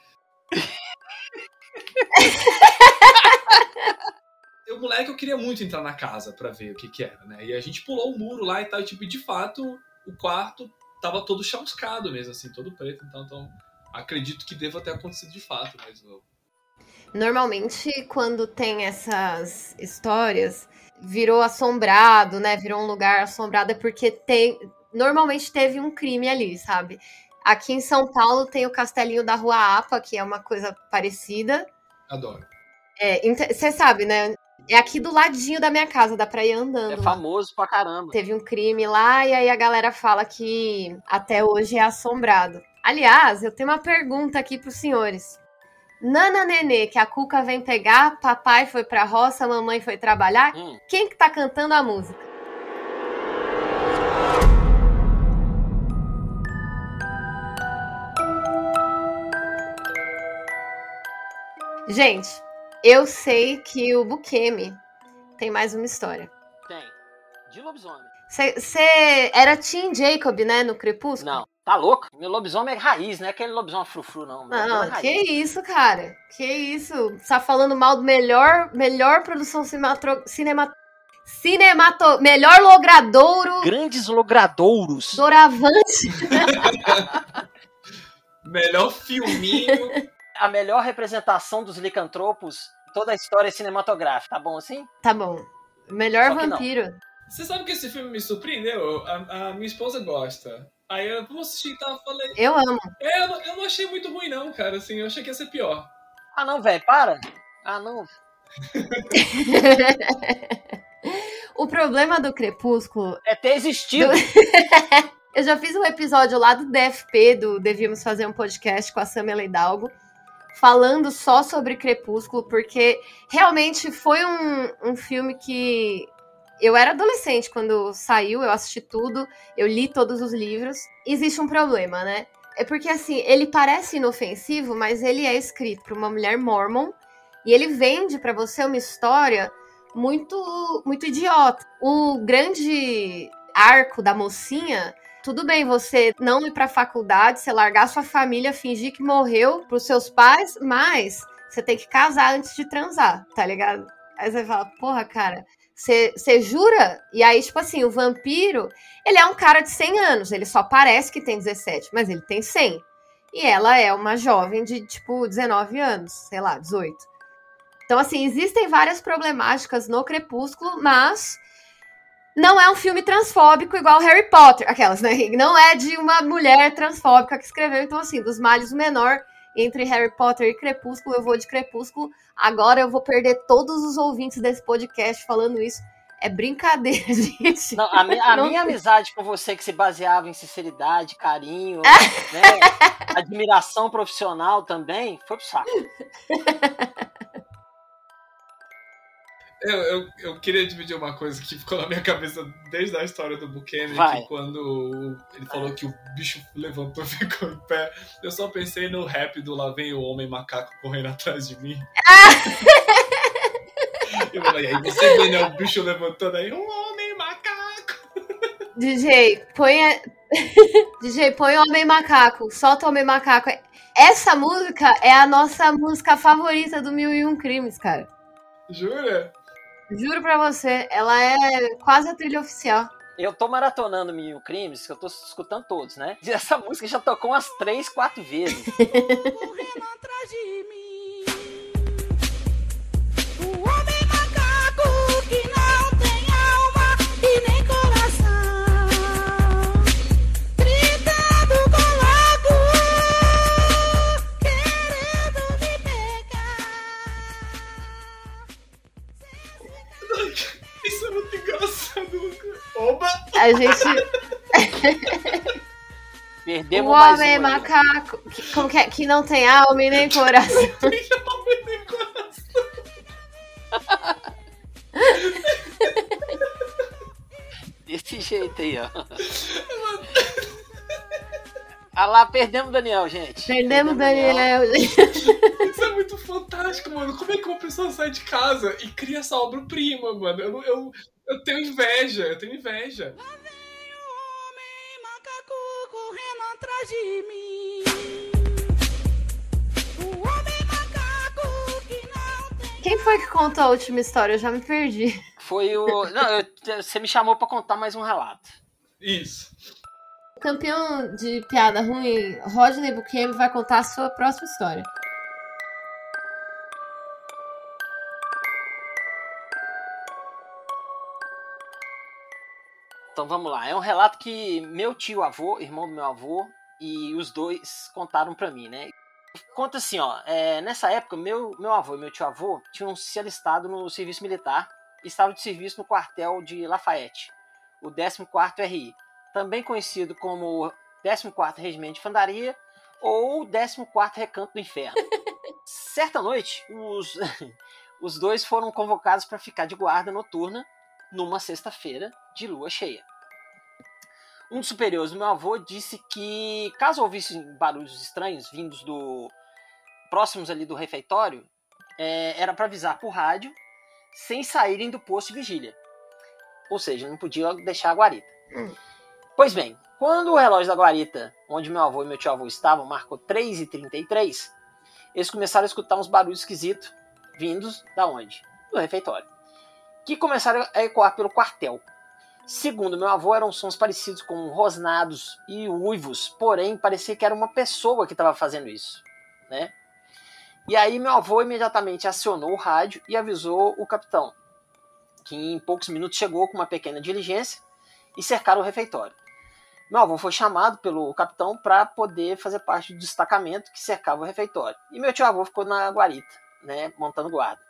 Eu, moleque, eu queria muito entrar na casa pra ver o que que era, né? E a gente pulou o muro lá e tal, e tipo, de fato, o quarto tava todo chamuscado mesmo, assim, todo preto, então, então acredito que deva ter acontecido de fato, mas... Eu... Normalmente, quando tem essas histórias, virou assombrado, né? Virou um lugar assombrado, é porque tem... Normalmente teve um crime ali, sabe? Aqui em São Paulo tem o Castelinho da Rua Apa, que é uma coisa parecida. Adoro. Você é, sabe, né? É aqui do ladinho da minha casa, dá pra ir andando. É famoso pra caramba. Teve um crime lá e aí a galera fala que até hoje é assombrado. Aliás, eu tenho uma pergunta aqui pros senhores. Nana Nenê, que a Cuca vem pegar, papai foi pra roça, mamãe foi trabalhar. Hum. Quem que tá cantando a música? Gente, eu sei que o Bukemi tem mais uma história. Tem. De lobisomem. Você era Team Jacob, né, no Crepúsculo? Não. Tá louco? Meu lobisomem é raiz, não é aquele lobisomem frufru, não. Não, é que isso, cara. Que isso. Você tá falando mal do melhor, melhor produção cinematográfica. Cinema, Cinemato... Melhor logradouro. Grandes logradouros. Doravante. Melhor filminho. A melhor representação dos licantropos, toda a história cinematográfica. Tá bom assim? Tá bom. Melhor Só que não. vampiro. Você sabe que esse filme me surpreendeu? A, a minha esposa gosta. Aí eu vou assistir e tava falei. Eu amo. É, eu não, eu não achei muito ruim, não, cara. Assim, eu achei que ia ser pior. Ah, não, velho, para. Ah, não. O problema do Crepúsculo... É ter existido. Do... Eu já fiz um episódio lá do D F P, do Devíamos Fazer um Podcast com a Samela Hidalgo, falando só sobre Crepúsculo, porque realmente foi um, um filme que... Eu era adolescente quando saiu, eu assisti tudo, eu li todos os livros. Existe um problema, né? É porque, assim, ele parece inofensivo, mas ele é escrito por uma mulher mormon, e ele vende pra você uma história muito, muito idiota. O grande arco da mocinha... Tudo bem você não ir pra faculdade, você largar sua família, fingir que morreu pros seus pais, mas você tem que casar antes de transar, tá ligado? Aí você fala, porra, cara, você, você jura? E aí, tipo assim, o vampiro, ele é um cara de cem anos, ele só parece que tem dezessete, mas ele tem cem. E ela é uma jovem de, tipo, dezenove anos, sei lá, dezoito. Então, assim, existem várias problemáticas no Crepúsculo, mas... Não é um filme transfóbico igual Harry Potter, aquelas, né? Não é de uma mulher transfóbica que escreveu. Então, assim, dos males o menor entre Harry Potter e Crepúsculo, eu vou de Crepúsculo. Agora eu vou perder todos os ouvintes desse podcast falando isso. É brincadeira, gente. Não, a, mi- a Não... minha amizade com você, que se baseava em sinceridade, carinho, né, admiração profissional também, foi pro saco. Eu, eu, eu queria dividir uma coisa que ficou na minha cabeça desde a história do Buchanan, Vai. que quando ele falou que o bicho levantou e ficou em pé, eu só pensei no rap do Lá Vem o Homem Macaco correndo atrás de mim. Eu falei, aí você vê, né, o bicho levantando aí, um homem macaco. D J, põe a... D J, põe o Homem Macaco, solta o Homem Macaco. Essa música é a nossa música favorita do Mil e Um Crimes, cara. Jura? Juro pra você, ela é quase a trilha oficial. Eu tô maratonando Mil e Um Crimes, que eu tô escutando todos, né? E essa música já tocou umas três, quatro vezes. Correndo atrás de mim, o homem macaco que não tem alma e nem coração, gritando com logo, querendo me pegar. Isso é muito engraçado. Oba! A gente... Perdemos O mais homem uma aí. macaco que, como que, é? Que não tem alma e nem coração. Desse jeito aí, ó. Ah lá, perdemos o Daniel, gente. Perdemos o Daniel. Isso é muito fantástico, mano. Como é que uma pessoa sai de casa e cria essa obra-prima, mano? Eu, eu, eu tenho inveja, eu tenho inveja. Lá vem o homem macaco correndo atrás de mim, o homem macaco que não tem. Quem foi que contou a última história? Eu já me perdi. Foi o... Não, eu- você me chamou pra contar mais um relato. Isso. O campeão de piada ruim, Rodney Buchanan, vai contar a sua próxima história. Então vamos lá. É um relato que meu tio-avô, irmão do meu avô, e os dois contaram pra mim, né? Conta assim, ó. É, nessa época, meu, meu avô e meu tio-avô tinham se alistado no serviço militar e estavam de serviço no quartel de Lafayette, o décimo quarto R I, também conhecido como décimo quarto Regimento de Infantaria ou décimo quarto Recanto do Inferno. Certa noite, os, os dois foram convocados para ficar de guarda noturna numa sexta-feira de lua cheia. Um dos superiores do meu avô disse que, caso ouvissem barulhos estranhos vindos do próximos ali do refeitório, é, era para avisar por rádio, sem saírem do posto de vigília. Ou seja, não podia deixar a guarita. Hum. Pois bem, quando o relógio da guarita, onde meu avô e meu tio-avô estavam, marcou três e trinta e três, eles começaram a escutar uns barulhos esquisitos vindos da onde? Do refeitório. que começaram a ecoar pelo quartel. Segundo meu avô, eram sons parecidos com rosnados e uivos, porém parecia que era uma pessoa que estava fazendo isso, né? E aí meu avô imediatamente acionou o rádio e avisou o capitão, que em poucos minutos chegou com uma pequena diligência e cercaram o refeitório. Meu avô foi chamado pelo capitão para poder fazer parte do destacamento que cercava o refeitório. E meu tio avô ficou na guarita, né, montando guarda.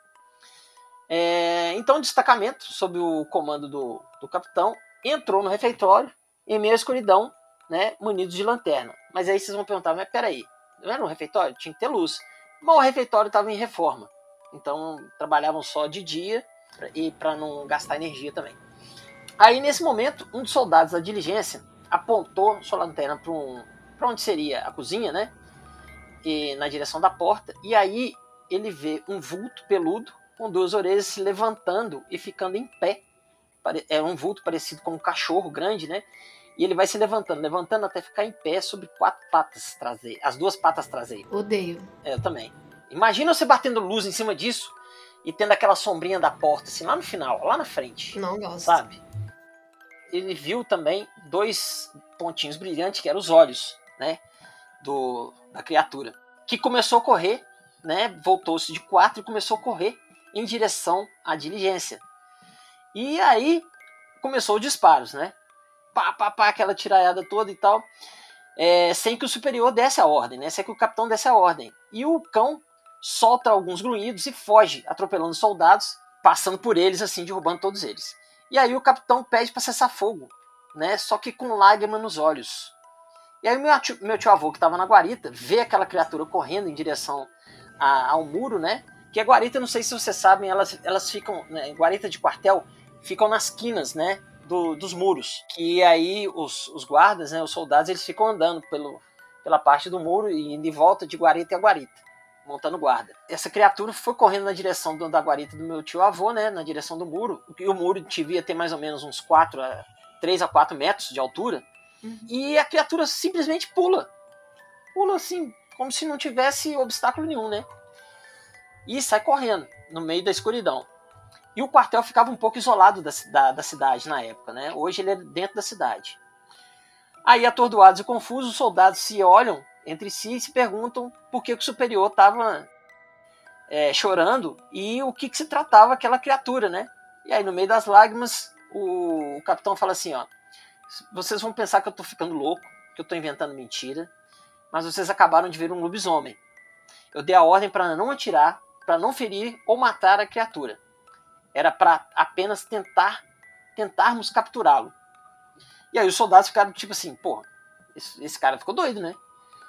É, então o destacamento, sob o comando do, do capitão, entrou no refeitório em meio à escuridão, né, munidos de lanterna. Mas aí vocês vão perguntar, mas peraí, não era um refeitório? Tinha que ter luz. Mas o refeitório estava em reforma, então trabalhavam só de dia e para não gastar energia também. Aí nesse momento, um dos soldados da diligência apontou sua lanterna para um, para onde seria a cozinha, né, e na direção da porta, e aí ele vê um vulto peludo com duas orelhas se levantando e ficando em pé. É um vulto parecido com um cachorro grande, né? E ele vai se levantando, levantando até ficar em pé sobre quatro patas traseiras, as duas patas traseiras. Odeio. É, eu também. Imagina você batendo luz em cima disso e tendo aquela sombrinha da porta, assim, lá no final, lá na frente. Não gosto. Sabe? Ele viu também dois pontinhos brilhantes, que eram os olhos, né? Do, da criatura. Que começou a correr, né? Voltou-se de quatro e começou a correr em direção à diligência. E aí começou os disparos, né? Pá, pá, pá, aquela tiraiada toda e tal, é, sem que o superior desse a ordem, né? Sem que o capitão desse a ordem. E o cão solta alguns grunhidos e foge, atropelando os soldados, passando por eles, assim, derrubando todos eles. E aí o capitão pede para cessar fogo, né? Só que com lágrima nos olhos. E aí meu tio, meu tio avô, que estava na guarita, vê aquela criatura correndo em direção a, ao muro, né? Que a guarita, não sei se vocês sabem, elas, elas ficam, né, guarita de quartel, ficam nas quinas, né, do, dos muros. Que aí os, os guardas, né, os soldados, eles ficam andando pelo, pela parte do muro e indo de volta de guarita a guarita, montando guarda. Essa criatura foi correndo na direção do, da guarita do meu tio avô, né, na direção do muro. E o muro devia ter mais ou menos uns quatro a, três a quatro metros de altura. Uhum. E a criatura simplesmente pula. Pula assim, como se não tivesse obstáculo nenhum, né? E sai correndo no meio da escuridão. E o quartel ficava um pouco isolado da, da, da cidade na época, né? Hoje ele é dentro da cidade. Aí, atordoados e confusos, os soldados se olham entre si e se perguntam por que o superior estava é, chorando e o que, que se tratava aquela criatura, né? E aí, no meio das lágrimas, o, o capitão fala assim, ó, vocês vão pensar que eu estou ficando louco, que eu estou inventando mentira, mas vocês acabaram de ver um lobisomem. Eu dei a ordem para não atirar, para não ferir ou matar a criatura. Era para apenas tentar, tentarmos capturá-lo. E aí os soldados ficaram tipo assim, pô, esse, esse cara ficou doido, né?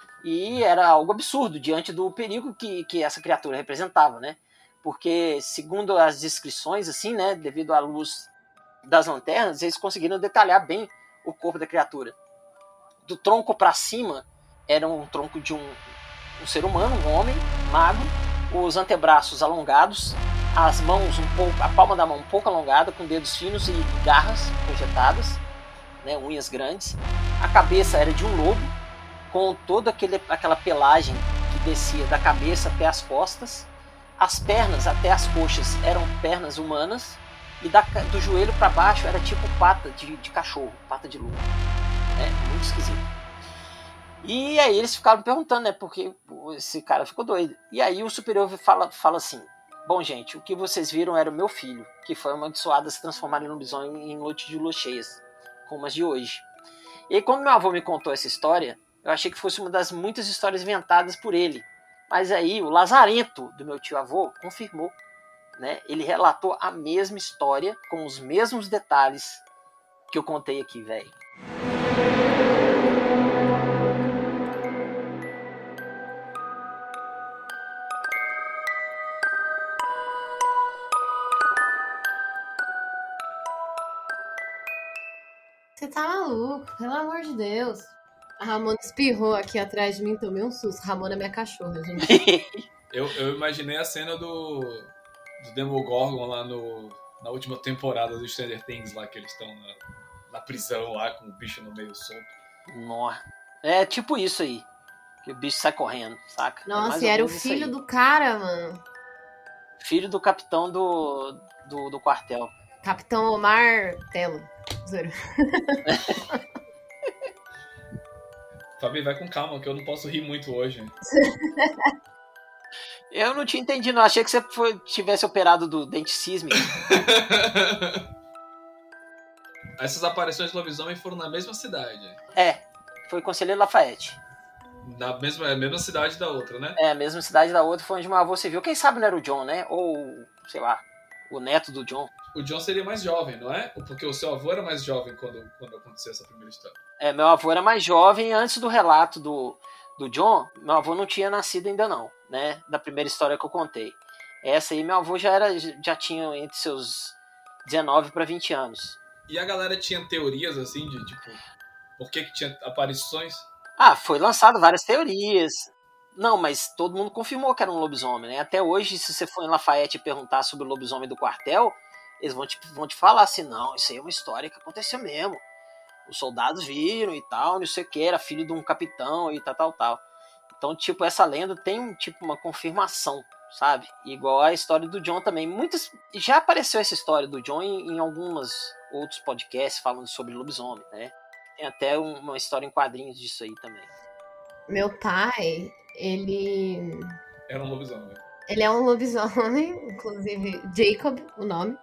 E era algo absurdo diante do perigo que, que essa criatura representava, né? Porque, segundo as descrições, assim, né, devido à luz das lanternas, eles conseguiram detalhar bem o corpo da criatura. Do tronco para cima, era um tronco de um, um ser humano, um homem, magro, os antebraços alongados, as mãos um pouco, a palma da mão um pouco alongada, com dedos finos e garras projetadas, né, unhas grandes. A cabeça era de um lobo, com toda aquele, aquela pelagem que descia da cabeça até as costas. As pernas até as coxas eram pernas humanas, e da, do joelho para baixo era tipo pata de, de cachorro, pata de lobo. É muito esquisito. E aí eles ficaram perguntando, né, porque esse cara ficou doido. E aí o superior fala, fala assim, bom, gente, o que vocês viram era o meu filho, que foi amaldiçoado a se transformar em lobisomem em noite de lua cheias, como as de hoje. E aí, quando meu avô me contou essa história, eu achei que fosse uma das muitas histórias inventadas por ele. Mas aí o lazarento do meu tio avô confirmou, né? Ele relatou a mesma história, com os mesmos detalhes que eu contei aqui, velho. Você tá maluco, pelo amor de Deus. A Ramona espirrou aqui atrás de mim, tomei um susto. Ramona é minha cachorra, gente. eu, eu imaginei a cena do, do Demogorgon lá no, na última temporada do Stranger Things, lá que eles estão na, na prisão lá, com o bicho no meio solto. Nossa. É tipo isso aí, que o bicho sai correndo, saca? Nossa, é e era o filho do cara, mano. Filho do capitão do, do, do quartel. Capitão Omar Telo. Zoeira. Fabi, vai com calma, que eu não posso rir muito hoje. Eu não tinha entendido, não. Achei que você foi, tivesse operado do dente sísmico. Essas aparições de lobisomem foram na mesma cidade. É, foi Conselheiro Lafayette. Na mesma, é a mesma cidade da outra, né? É, a mesma cidade da outra foi onde meu avô se viu. Quem sabe não era o John, né? Ou, sei lá, o neto do John. O John seria mais jovem, não é? Porque o seu avô era mais jovem quando, quando aconteceu essa primeira história. É, meu avô era mais jovem. Antes do relato do, do John, meu avô não tinha nascido ainda não, né? Da primeira história que eu contei. Essa aí, meu avô já, era, já tinha entre seus dezenove para vinte anos. E a galera tinha teorias, assim, de, tipo, por que que tinha aparições? Ah, foi lançado várias teorias. Não, mas todo mundo confirmou que era um lobisomem, né? Até hoje, se você for em Lafayette e perguntar sobre o lobisomem do quartel, eles vão te, vão te falar assim, não, isso aí é uma história que aconteceu mesmo. Os soldados viram e tal, não sei o que, era filho de um capitão e tal, tal, tal. Então, tipo, essa lenda tem, tipo, uma confirmação, sabe? Igual a história do John também. Muitas... Já apareceu essa história do John em, em alguns outros podcasts falando sobre lobisomem, né? Tem até um, uma história em quadrinhos disso aí também. Meu pai, ele... Era um lobisomem. Ele é um lobisomem, inclusive Jacob, o nome.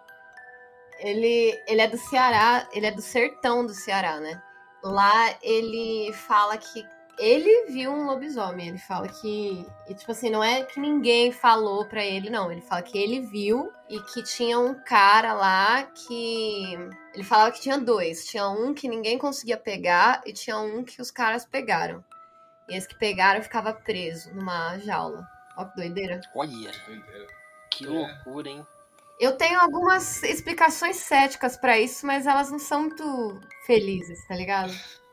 Ele, ele é do Ceará, ele é do sertão do Ceará, né? Lá ele fala que ele viu um lobisomem. Ele fala que, e, tipo assim, não é que ninguém falou pra ele, não. Ele fala que ele viu e que tinha um cara lá que... Ele falava que tinha dois. Tinha um que ninguém conseguia pegar e tinha um que os caras pegaram. E esse que pegaram ficava preso numa jaula. Ó que doideira. Olha, Doideira. que É. loucura, hein? Eu tenho algumas explicações céticas pra isso, mas elas não são muito felizes, tá ligado?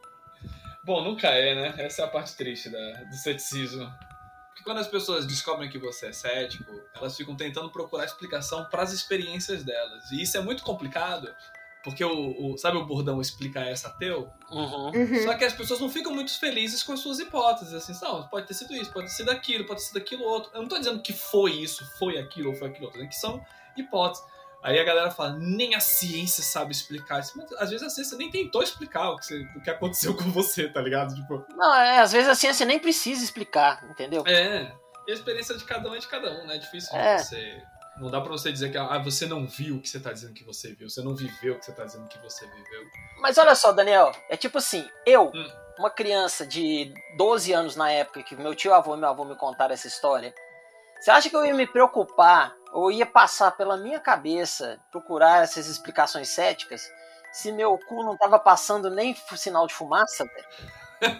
Bom, nunca é, né? Essa é a parte triste da, do ceticismo. Porque quando as pessoas descobrem que você é cético, elas ficam tentando procurar explicação para as experiências delas. E isso é muito complicado, porque o, o sabe o bordão explica essa ateu? Uhum. Uhum. Só que as pessoas não ficam muito felizes com as suas hipóteses. Assim, não, pode ter sido isso, pode ter sido aquilo, pode ter sido aquilo outro. Eu não tô dizendo que foi isso, foi aquilo ou foi aquilo outro. Eu tô dizendo que são hipóteses. Aí a galera fala, nem a ciência sabe explicar isso. Mas às vezes a ciência nem tentou explicar o que, você, o que aconteceu com você, tá ligado? Tipo, Não, é, às vezes a ciência nem precisa explicar, entendeu? é, e a experiência de cada um é de cada um, né? É difícil de É. você... Não dá pra você dizer que ah, você não viu o que você tá dizendo que você viu. Você não viveu o que você tá dizendo que você viveu. Mas olha só, Daniel, é tipo assim, eu, Hum. uma criança de doze anos na época que meu tio avô e meu avô me contaram essa história, você acha que eu ia me preocupar ou ia passar pela minha cabeça procurar essas explicações céticas se meu cu não tava passando nem sinal de fumaça, velho?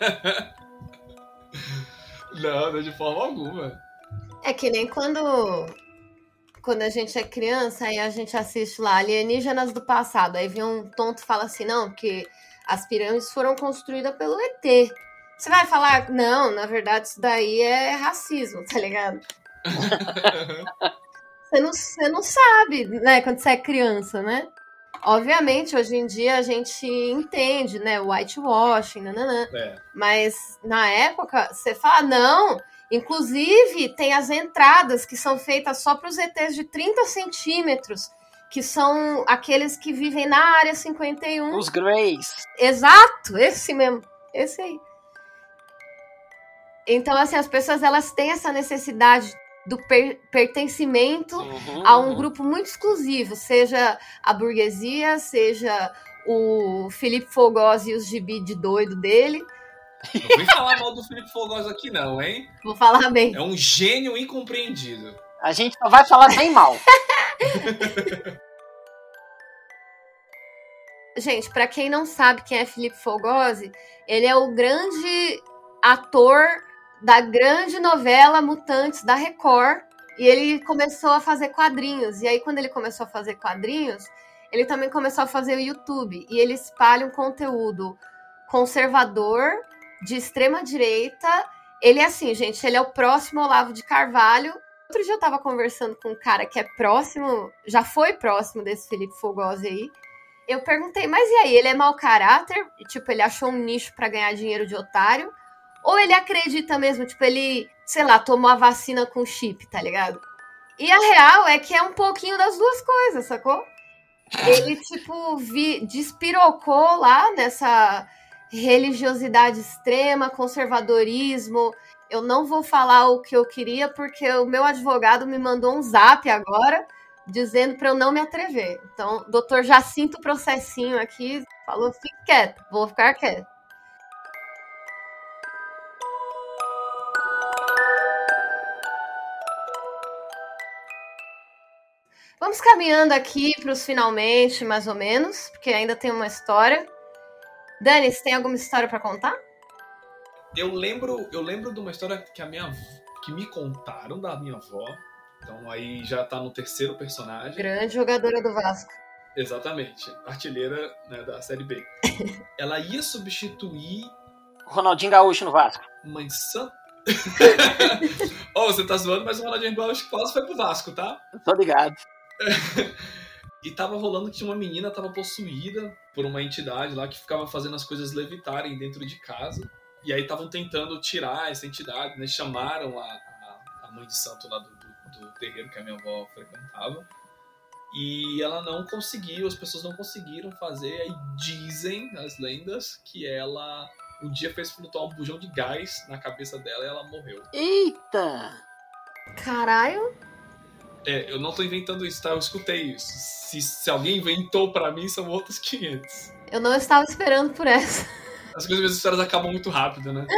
Não, não de forma alguma. É que nem quando, quando a gente é criança, aí a gente assiste lá Alienígenas do Passado, aí vem um tonto e fala assim, não, porque as pirâmides foram construídas pelo E T. Você vai falar, não, na verdade isso daí é racismo, tá ligado? Você não, você não sabe, né, quando você é criança, né? Obviamente, hoje em dia a gente entende, né, o whitewashing, nananã. É. Mas na época, você fala, não, inclusive tem as entradas que são feitas só para os E Tês de trinta centímetros, que são aqueles que vivem na área cinquenta e um. Os Greys. Exato, esse mesmo, esse aí. Então, assim, as pessoas, elas têm essa necessidade do per- pertencimento Uhum, a um uhum. grupo muito exclusivo, seja a burguesia, seja o Felipe Fogosi e os gibi de doido dele. Não vem falar mal do Felipe Fogosi aqui não, hein? Vou falar bem. É um gênio incompreendido. A gente só vai falar bem mal. Gente, pra quem não sabe quem é Felipe Fogosi, ele é o grande ator da grande novela Mutantes da Record, e ele começou a fazer quadrinhos, e aí quando ele começou a fazer quadrinhos, ele também começou a fazer o YouTube, e ele espalha um conteúdo conservador, de extrema direita. Ele é assim, gente, ele é o próximo Olavo de Carvalho. Outro dia eu tava conversando com um cara que é próximo, já foi próximo desse Felipe Fogosi aí. Eu perguntei, mas e aí, ele é mau caráter? E, tipo, ele achou um nicho pra ganhar dinheiro de otário? Ou ele acredita mesmo, tipo, ele, sei lá, tomou a vacina com chip, tá ligado? E a real é que é um pouquinho das duas coisas, sacou? Ele, tipo, vi, despirocou lá nessa religiosidade extrema, conservadorismo. Eu não vou falar o que eu queria, porque o meu advogado me mandou um zap agora, dizendo para eu não me atrever. Então, o doutor Jacinto Processinho aqui falou, fique quieto, vou ficar quieto. Vamos caminhando aqui para os finalmente, mais ou menos, porque ainda tem uma história. Dani, você tem alguma história para contar? Eu lembro, eu lembro de uma história que a minha que me contaram da minha avó. Então aí já tá no terceiro personagem. Grande jogadora do Vasco. Exatamente, artilheira, né, da Série B. Ela ia substituir Ronaldinho Gaúcho no Vasco. Mãe Santa. Oh, você tá zoando, mas o Ronaldinho Gaúcho quase foi pro Vasco, tá? Tô ligado. E tava rolando que uma menina tava possuída por uma entidade lá que ficava fazendo as coisas levitarem dentro de casa. E aí estavam tentando tirar essa entidade, né? Chamaram a, a, a mãe de santo lá do, do, do terreiro que a minha avó frequentava. E ela não conseguiu, as pessoas não conseguiram fazer. Aí dizem as lendas que ela um dia fez flutuar um bujão de gás na cabeça dela e ela morreu. Eita! Caralho! É, eu não tô inventando isso, tá? Eu escutei isso. Se, se alguém inventou pra mim, são outros quinhentos. Eu não estava esperando por essa. As coisas, as histórias acabam muito rápido, né?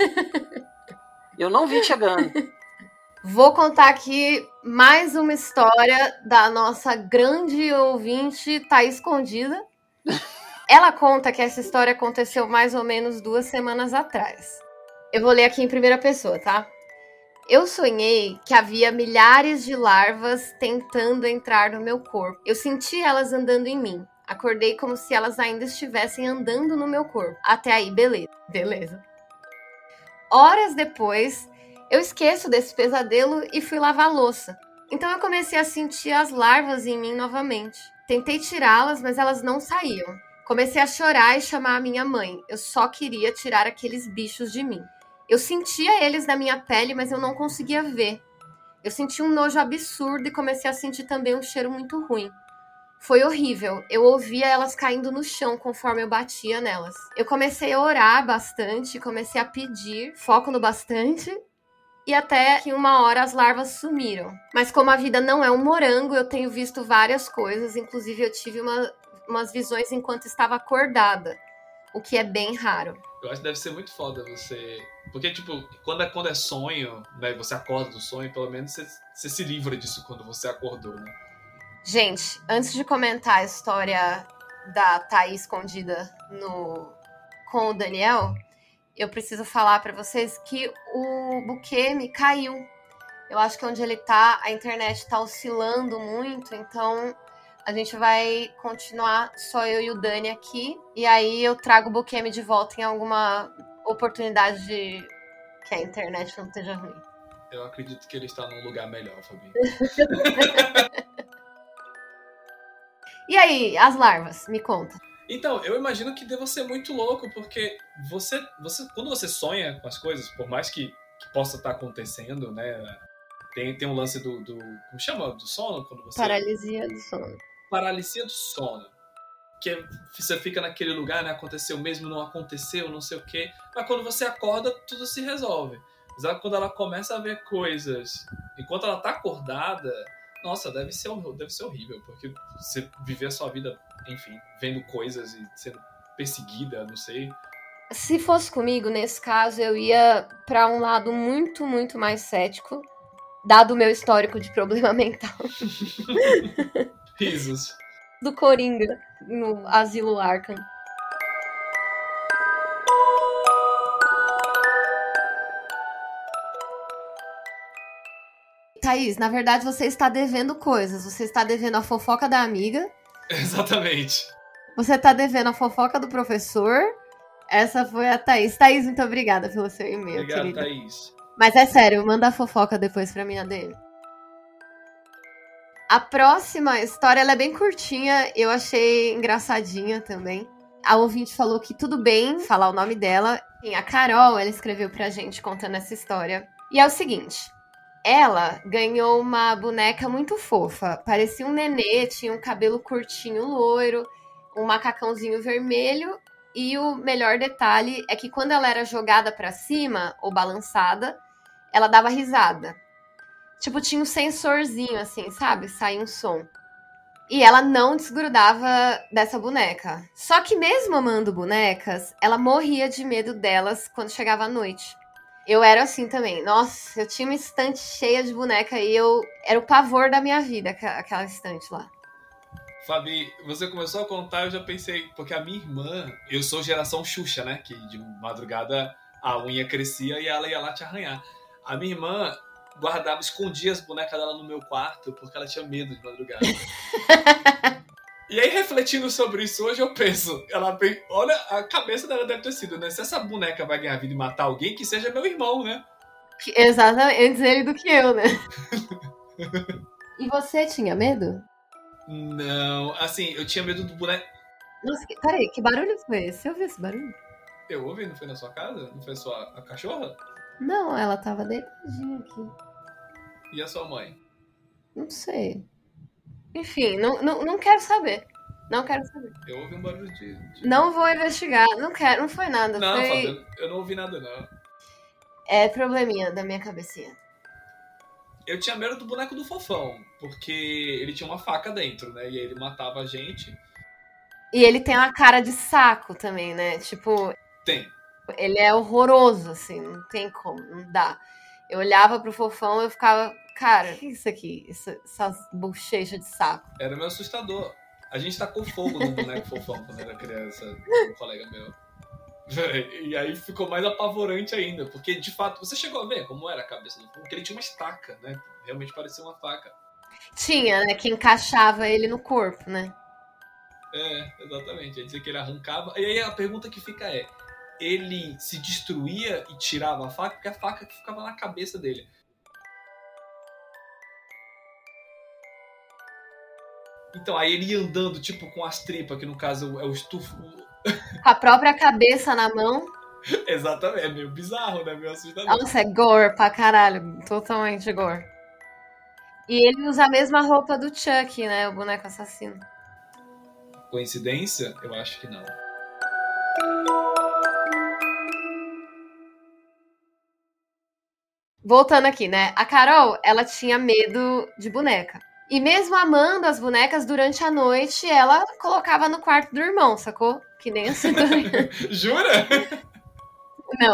Eu não vi chegando. Vou contar aqui mais uma história da nossa grande ouvinte, Tá Escondida. Ela conta que essa história aconteceu mais ou menos duas semanas atrás. Eu vou ler aqui em primeira pessoa, tá? Eu sonhei que havia milhares de larvas tentando entrar no meu corpo. Eu senti elas andando em mim. Acordei como se elas ainda estivessem andando no meu corpo. Até aí, beleza. Beleza. Horas depois, eu esqueço desse pesadelo e fui lavar a louça. Então eu comecei a sentir as larvas em mim novamente. Tentei tirá-las, mas elas não saíam. Comecei a chorar e chamar a minha mãe. Eu só queria tirar aqueles bichos de mim. Eu sentia eles na minha pele, mas eu não conseguia ver. Eu senti um nojo absurdo e comecei a sentir também um cheiro muito ruim. Foi horrível. Eu ouvia elas caindo no chão conforme eu batia nelas. Eu comecei a orar bastante, comecei a pedir, foco no bastante, e até que uma hora as larvas sumiram. Mas como a vida não é um morango, eu tenho visto várias coisas, inclusive eu tive uma, umas visões enquanto estava acordada, o que é bem raro. Eu acho que deve ser muito foda você... Porque, tipo, quando é, quando é sonho, né, você acorda do sonho, pelo menos você, você se livra disso quando você acordou, né? Gente, antes de comentar a história da Thaís escondida no... com o Daniel, eu preciso falar pra vocês que o buquê me caiu. Eu acho que onde ele tá, a internet tá oscilando muito, então a gente vai continuar só eu e o Dani aqui, e aí eu trago o buquê de volta em alguma oportunidade de que a internet não esteja ruim. Eu acredito que ele está num lugar melhor, Fabinho. E aí, as larvas? Me conta. Então, eu imagino que deva ser muito louco, porque você, você quando você sonha com as coisas, por mais que, que possa estar acontecendo, né? Tem, tem um lance do, do... Como chama? Do sono? Quando você... Paralisia do sono. Paralisia do sono. Que você fica naquele lugar, né? Aconteceu mesmo, não aconteceu, não sei o quê. Mas quando você acorda, tudo se resolve. Exato, quando ela começa a ver coisas, enquanto ela tá acordada, nossa, deve ser, deve ser horrível, porque você viver a sua vida, enfim, vendo coisas e sendo perseguida, não sei. Se fosse comigo, nesse caso, eu ia pra um lado muito, muito mais cético, dado o meu histórico de problema mental. Risos. Do Coringa, no Asilo Arkham. Thaís, na verdade você está devendo coisas. Você está devendo a fofoca da amiga. Exatamente. Você está devendo a fofoca do professor. Essa foi a Thaís. Thaís, muito obrigada pelo seu e-mail, Obrigado, querida. Thaís. Mas é sério, manda a fofoca depois pra minha D M. A próxima história, ela é bem curtinha. Eu achei engraçadinha também. A ouvinte falou que tudo bem falar o nome dela. A Carol, ela escreveu pra gente contando essa história. E é o seguinte... ela ganhou uma boneca muito fofa. Parecia um nenê, tinha um cabelo curtinho loiro, um macacãozinho vermelho. E o melhor detalhe é que quando ela era jogada pra cima ou balançada, ela dava risada. Tipo, tinha um sensorzinho assim, sabe? Saía um som. E ela não desgrudava dessa boneca. Só que mesmo amando bonecas, ela morria de medo delas quando chegava a noite. Eu era assim também. Nossa, eu tinha uma estante cheia de boneca e eu era o pavor da minha vida, aquela estante lá. Fabi, você começou a contar, eu já pensei, porque a minha irmã, eu sou geração Xuxa, né? Que de madrugada a unha crescia e ela ia lá te arranhar. A minha irmã guardava, escondia as bonecas dela no meu quarto porque ela tinha medo de madrugada. E aí, refletindo sobre isso hoje, eu penso, ela bem, olha, a cabeça dela deve ter sido, né? Se essa boneca vai ganhar vida e matar alguém, que seja meu irmão, né? Exatamente, antes ele do que eu, né? E você tinha medo? Não, assim, eu tinha medo do boneco. Nossa, que, peraí, que barulho foi esse? Você ouviu esse barulho? Eu ouvi, não foi na sua casa? Não foi a sua a cachorra? Não, ela tava deitadinha aqui. E a sua mãe? Não sei. Enfim, não, não, não quero saber. Não quero saber. Eu ouvi um barulho de... de... Não vou investigar. Não quero, não foi nada. Não, foi... Fábio, eu não ouvi nada, não. É probleminha da minha cabecinha. Eu tinha medo do boneco do Fofão, porque ele tinha uma faca dentro, né? E aí ele matava a gente. E ele tem uma cara de saco também, né? Tipo... Tem. Ele é horroroso, assim. Não tem como, não dá. Eu olhava pro Fofão e eu ficava... Cara, o que é isso aqui? Essa, essas bochechas de saco. Era meio assustador. A gente tacou fogo no boneco Fofão quando era criança, um colega meu. E aí ficou mais apavorante ainda, porque de fato, você chegou a ver como era a cabeça do Fofão? Porque ele tinha uma estaca, né? Realmente parecia uma faca. Tinha, né? Que encaixava ele no corpo, né? É, exatamente. Aí dizia que ele arrancava. E aí a pergunta que fica é: ele se destruía e tirava a faca, porque a faca ficava na cabeça dele. Então, aí ele ia andando, tipo, com as tripas, que no caso é o estufo. Com a própria cabeça na mão. Exatamente, é meio bizarro, né? Meio assustador. Nossa, é gore pra caralho. Totalmente gore. E ele usa a mesma roupa do Chuck, né? O boneco assassino. Coincidência? Eu acho que não. Voltando aqui, né? A Carol, ela tinha medo de boneca. E mesmo amando as bonecas, durante a noite, ela colocava no quarto do irmão, sacou? Que nem assim também. Jura? Não.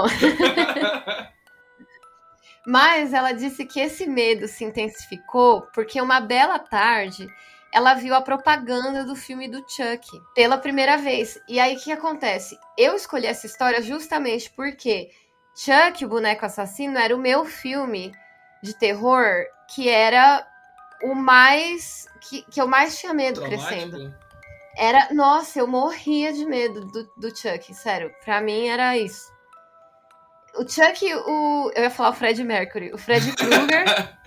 Mas ela disse que esse medo se intensificou porque uma bela tarde ela viu a propaganda do filme do Chuck pela primeira vez. E aí o que acontece? Eu escolhi essa história justamente porque Chuck, o boneco assassino, era o meu filme de terror que era o mais... que, que eu mais tinha medo Traumático? Crescendo. Era... Nossa, eu morria de medo do, do Chuck, sério. Pra mim era isso. O Chuck, o... eu ia falar o Fred Mercury. O Fred Krueger...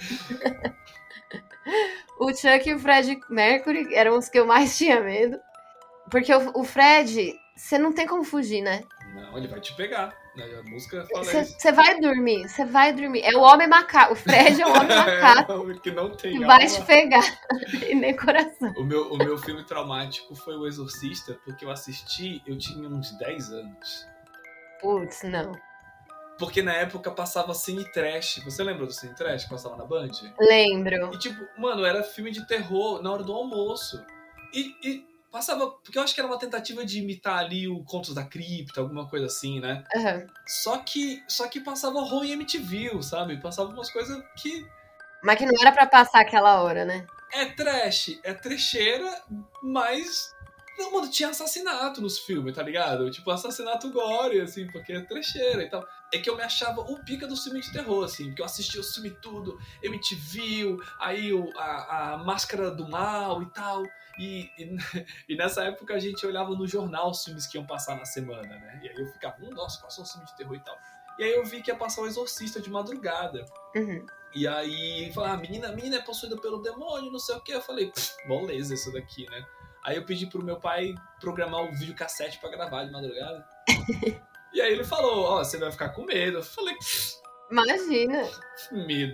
O Chuck e o Fred Mercury eram os que eu mais tinha medo. Porque o, o Fred, você não tem como fugir, né? Não, ele vai te pegar. A música fala Cê, isso. Você vai dormir, você vai dormir. É o homem macaco. O Fred é o homem macaco. É, que não tem que vai alma. te pegar. E nem coração. O meu, o meu filme traumático foi O Exorcista, porque eu assisti, eu tinha uns dez anos. Putz, não. Porque na época passava Cine Trash. Você lembra do Cine Trash que passava na Band? Lembro. E tipo, mano, era filme de terror na hora do almoço. E, e passava... Porque eu acho que era uma tentativa de imitar ali o Contos da Cripta, alguma coisa assim, né? Uhum. Só que, só que passava horror em M T V, sabe? Passava umas coisas que... Mas que não era pra passar aquela hora, né? É trash, é trecheira, mas... Não, mano, tinha assassinato nos filmes, tá ligado? Tipo, assassinato gore, assim, porque é trecheira e tal. É que eu me achava o pica do filme de terror, assim, porque eu assistia o filme tudo, M T V, aí o, a, a Máscara do Mal e tal. E, e, e nessa época a gente olhava no jornal os filmes que iam passar na semana, né? E aí eu ficava, hum, nossa, quais são os filmes de terror e tal. E aí eu vi que ia passar o Exorcista de madrugada. Uhum. E aí, falar, ah, a menina, a menina é possuída pelo demônio, não sei o que. Eu falei, moleza isso daqui, né? Aí eu pedi pro meu pai programar o videocassete pra gravar de madrugada. E aí ele falou, ó, oh, você vai ficar com medo. Eu falei, imagina. Medo.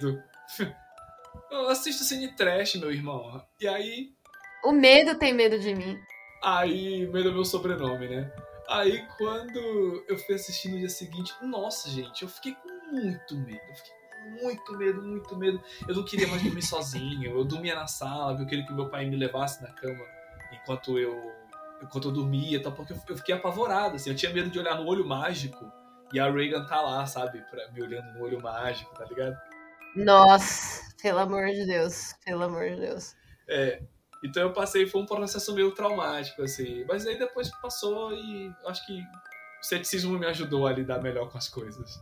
Eu assisto Cine Trash, meu irmão. E aí... O medo tem medo de mim. Aí, medo é meu sobrenome, né? Aí, quando eu fui assistir no dia seguinte, nossa, gente, eu fiquei com muito medo. Eu fiquei com muito medo, muito medo. Eu não queria mais dormir sozinho. Eu dormia na sala, eu queria que meu pai me levasse na cama enquanto eu, enquanto eu dormia, tá? Porque eu fiquei apavorado, assim. Eu tinha medo de olhar no olho mágico e a Regan tá lá, sabe? Pra, me olhando no olho mágico, tá ligado? Nossa, pelo amor de Deus. Pelo amor de Deus. É... Então eu passei, foi um processo meio traumático, assim. Mas aí depois passou e acho que o ceticismo me ajudou a lidar melhor com as coisas.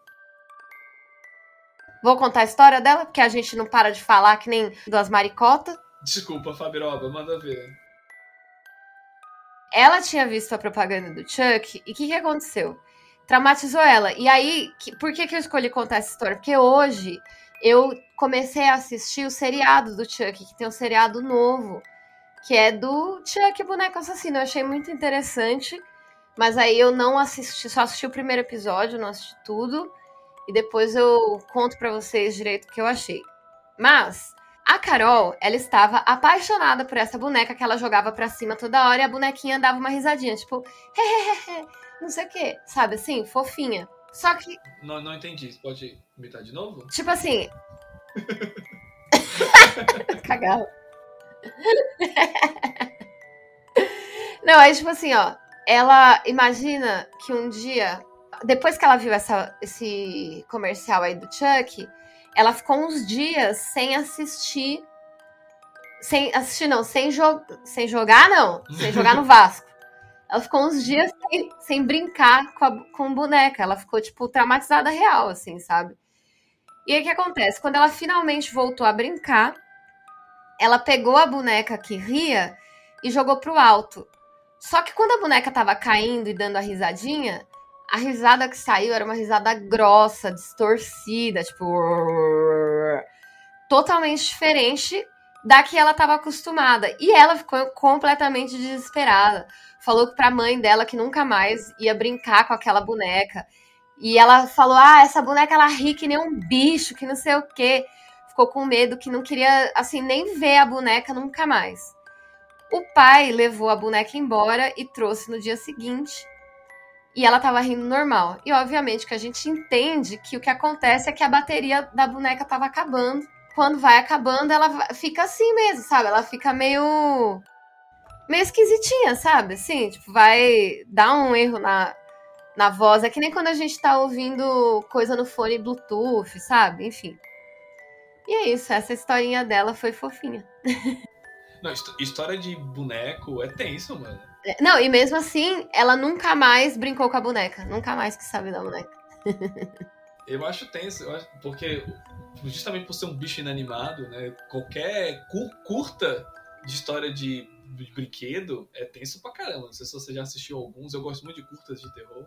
Vou contar a história dela, porque a gente não para de falar que nem duas maricotas. Desculpa, Fabiroba, manda ver. Ela tinha visto a propaganda do Chuck e o que, que aconteceu? Traumatizou ela. E aí, que, por que, que eu escolhi contar essa história? Porque hoje eu comecei a assistir o seriado do Chuck, que tem um seriado novo, que é do Chuck, Boneco Assassino. Eu achei muito interessante, mas aí eu não assisti, só assisti o primeiro episódio, não assisti tudo, e depois eu conto pra vocês direito o que eu achei. Mas a Carol, ela estava apaixonada por essa boneca que ela jogava pra cima toda hora, e a bonequinha dava uma risadinha, tipo, hehehe, não sei o que, sabe assim, fofinha. Só que... Não, não entendi, você pode imitar de novo? Tipo assim... Cagava. Não, é tipo assim, ó. Ela imagina que um dia, depois que ela viu essa, esse comercial aí do Chuck, ela ficou uns dias sem assistir. Sem assistir, não, sem, jo sem jogar, não. Sem jogar no Vasco. Ela ficou uns dias sem, sem brincar com, a, com boneca. Ela ficou, tipo, traumatizada real, assim, sabe? E aí o que acontece? Quando ela finalmente voltou a brincar, ela pegou a boneca que ria e jogou pro alto. Só que quando a boneca tava caindo e dando a risadinha, a risada que saiu era uma risada grossa, distorcida, tipo... totalmente diferente da que ela tava acostumada. E ela ficou completamente desesperada. Falou pra mãe dela que nunca mais ia brincar com aquela boneca. E ela falou, ah, essa boneca ela ri que nem um bicho, que não sei o quê. Ficou com medo, que não queria, assim, nem ver a boneca nunca mais. O pai levou a boneca embora e trouxe no dia seguinte. E ela tava rindo normal. E, obviamente, que a gente entende que o que acontece é que a bateria da boneca tava acabando. Quando vai acabando, ela fica assim mesmo, sabe? Ela fica meio... meio esquisitinha, sabe? Assim, tipo, vai dar um erro na, na voz. É que nem quando a gente tá ouvindo coisa no fone Bluetooth, sabe? Enfim. E é isso, essa historinha dela foi fofinha. Não, história de boneco é tenso, mano. Não, e mesmo assim, ela nunca mais brincou com a boneca. Nunca mais quis saber da boneca. Eu acho tenso, eu acho, porque justamente por ser um bicho inanimado, né? Qualquer cur, curta de história de, de brinquedo é tenso pra caramba. Não sei se você já assistiu alguns, eu gosto muito de curtas de terror.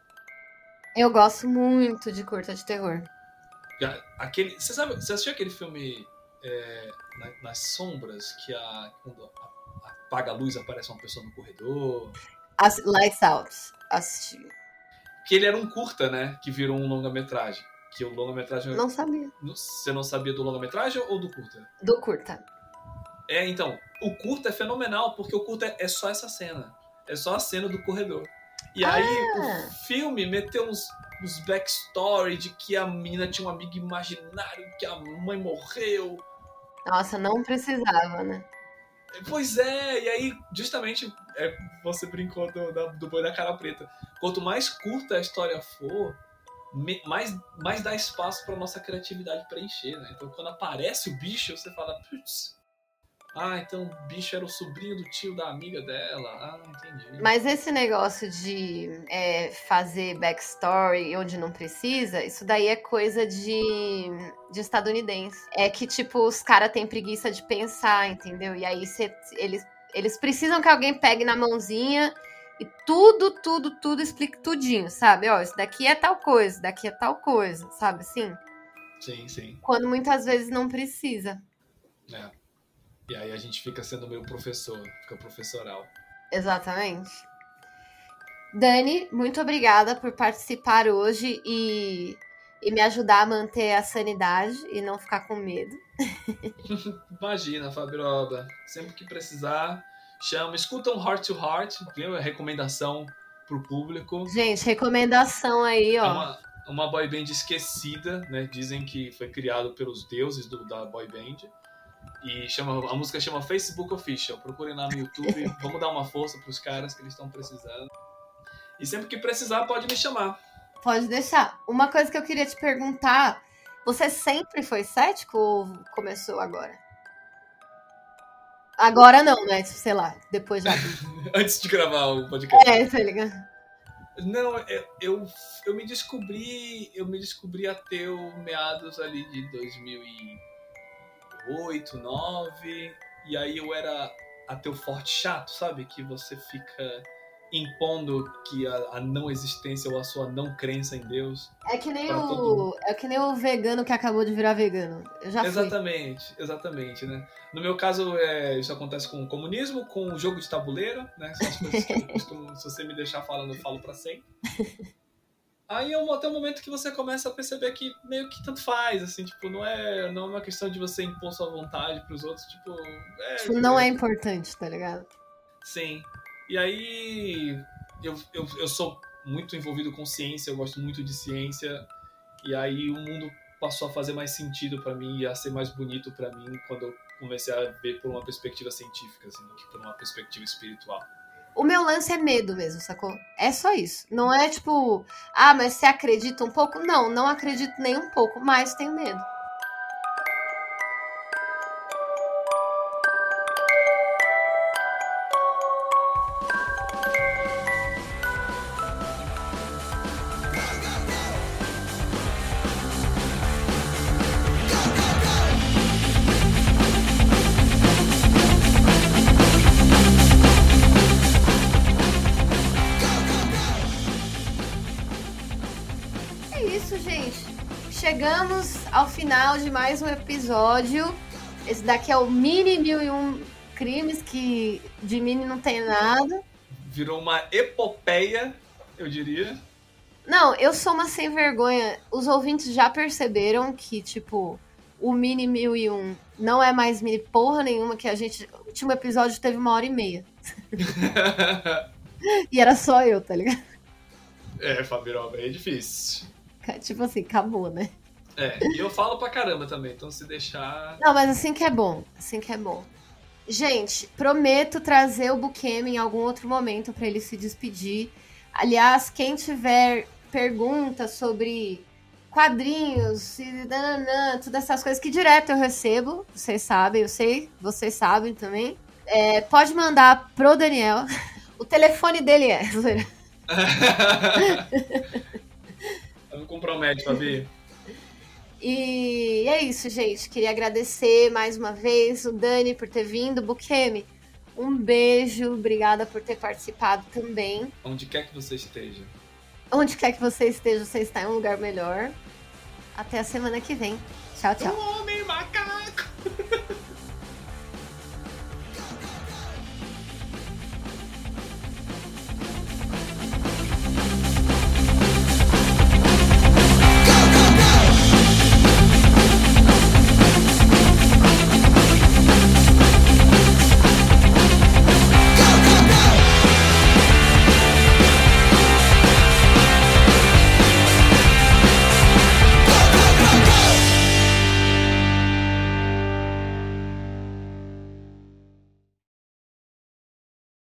Eu gosto muito de curta de terror. Aquele, você sabe, você assistiu aquele filme é, na, nas sombras, que a, quando a, apaga a luz aparece uma pessoa no corredor? As, Lights Out. Assisti. Que ele era um curta, né? Que virou um longa-metragem. Que o longa-metragem... Não sabia. Você não sabia do longa-metragem ou do curta? Do curta. É, então, o curta é fenomenal, porque o curta é só essa cena. É só a cena do corredor. E aí Ah. o filme meteu uns... os backstory de que a menina tinha um amigo imaginário, que a mãe morreu. Nossa, não precisava, né? Pois é, e aí justamente é, você brincou do, do, do boi da cara preta. Quanto mais curta a história for, me, mais, mais dá espaço pra nossa criatividade preencher, né? Então quando aparece o bicho, você fala, putz, ah, então o bicho era o sobrinho do tio da amiga dela. Ah, entendi. Mas esse negócio de é, fazer backstory onde não precisa, isso daí é coisa de, de estadunidense. É que, tipo, os caras têm preguiça de pensar, entendeu? E aí cê, eles, eles precisam que alguém pegue na mãozinha e tudo, tudo, tudo explique tudinho, sabe? Ó, isso daqui é tal coisa, isso daqui é tal coisa, sabe assim? Sim, sim. Quando muitas vezes não precisa. É. E aí a gente fica sendo meio professor, fica professoral. Exatamente. Dani, muito obrigada por participar hoje e e me ajudar a manter a sanidade e não ficar com medo. Imagina, Fabiroba. Sempre que precisar, chama. Escuta um Heart to Heart, viu? É recomendação pro público. Gente, recomendação aí, ó. É uma, uma boy band esquecida, né? Dizem que foi criado pelos deuses do, da boy band. E chama, a música chama Facebook Official. Procurem lá no YouTube. Vamos dar uma força pros caras que eles estão precisando. E sempre que precisar, pode me chamar. Pode deixar. Uma coisa que eu queria te perguntar, você sempre foi cético ou começou agora? Agora não, né? Sei lá, depois já. Antes de gravar o podcast. É, tá ligado? Não, eu, eu, eu me descobri. Eu me descobri ateu meados ali de dois mil e oito, dois mil e nove. E aí eu era ateu forte chato, sabe? Que você fica impondo que a, a não existência ou a sua não crença em Deus. É que nem o é que nem o vegano que acabou de virar vegano. Eu já exatamente, fui. Exatamente, né? No meu caso, é, isso acontece com o comunismo, com o jogo de tabuleiro, né? São as coisas que eu costumo, se você me deixar falando, eu falo pra sempre. Aí é um, até um momento que você começa a perceber que meio que tanto faz, assim, tipo, não é, não é uma questão de você impor sua vontade pros outros, tipo... É, tipo, não é importante, tá ligado? Sim. E aí, eu, eu, eu sou muito envolvido com ciência, eu gosto muito de ciência, e aí o mundo passou a fazer mais sentido pra mim e a ser mais bonito pra mim quando eu comecei a ver por uma perspectiva científica, assim, do que por uma perspectiva espiritual. O meu lance é medo mesmo, sacou? É só isso. Não é tipo, ah, mas você acredita um pouco? Não, não acredito nem um pouco, mas tenho medo. Chegamos ao final de mais um episódio. Esse daqui é o Mini Mil e Um Crimes, que de mini não tem nada. Virou uma epopeia, eu diria. Não, eu sou uma sem vergonha. Os ouvintes já perceberam que, tipo, o Mini Mil e Um não é mais mini porra nenhuma, que a gente... O último episódio teve uma hora e meia. E era só eu, tá ligado? É, Fabiroba, é difícil. Tipo assim, acabou, né? É, e eu falo pra caramba também, então se deixar... Não, mas assim que é bom, assim que é bom. Gente, prometo trazer o Bukemi em algum outro momento pra ele se despedir. Aliás, quem tiver perguntas sobre quadrinhos, e nananã, todas essas coisas que direto eu recebo, vocês sabem, eu sei, vocês sabem também, é, pode mandar pro Daniel. O telefone dele é... Não compromete, Fabi. E é isso, gente. Queria agradecer mais uma vez o Dani por ter vindo. Bukemi, um beijo. Obrigada por ter participado também. Onde quer que você esteja. Onde quer que você esteja, você está em um lugar melhor. Até a semana que vem. Tchau, tchau.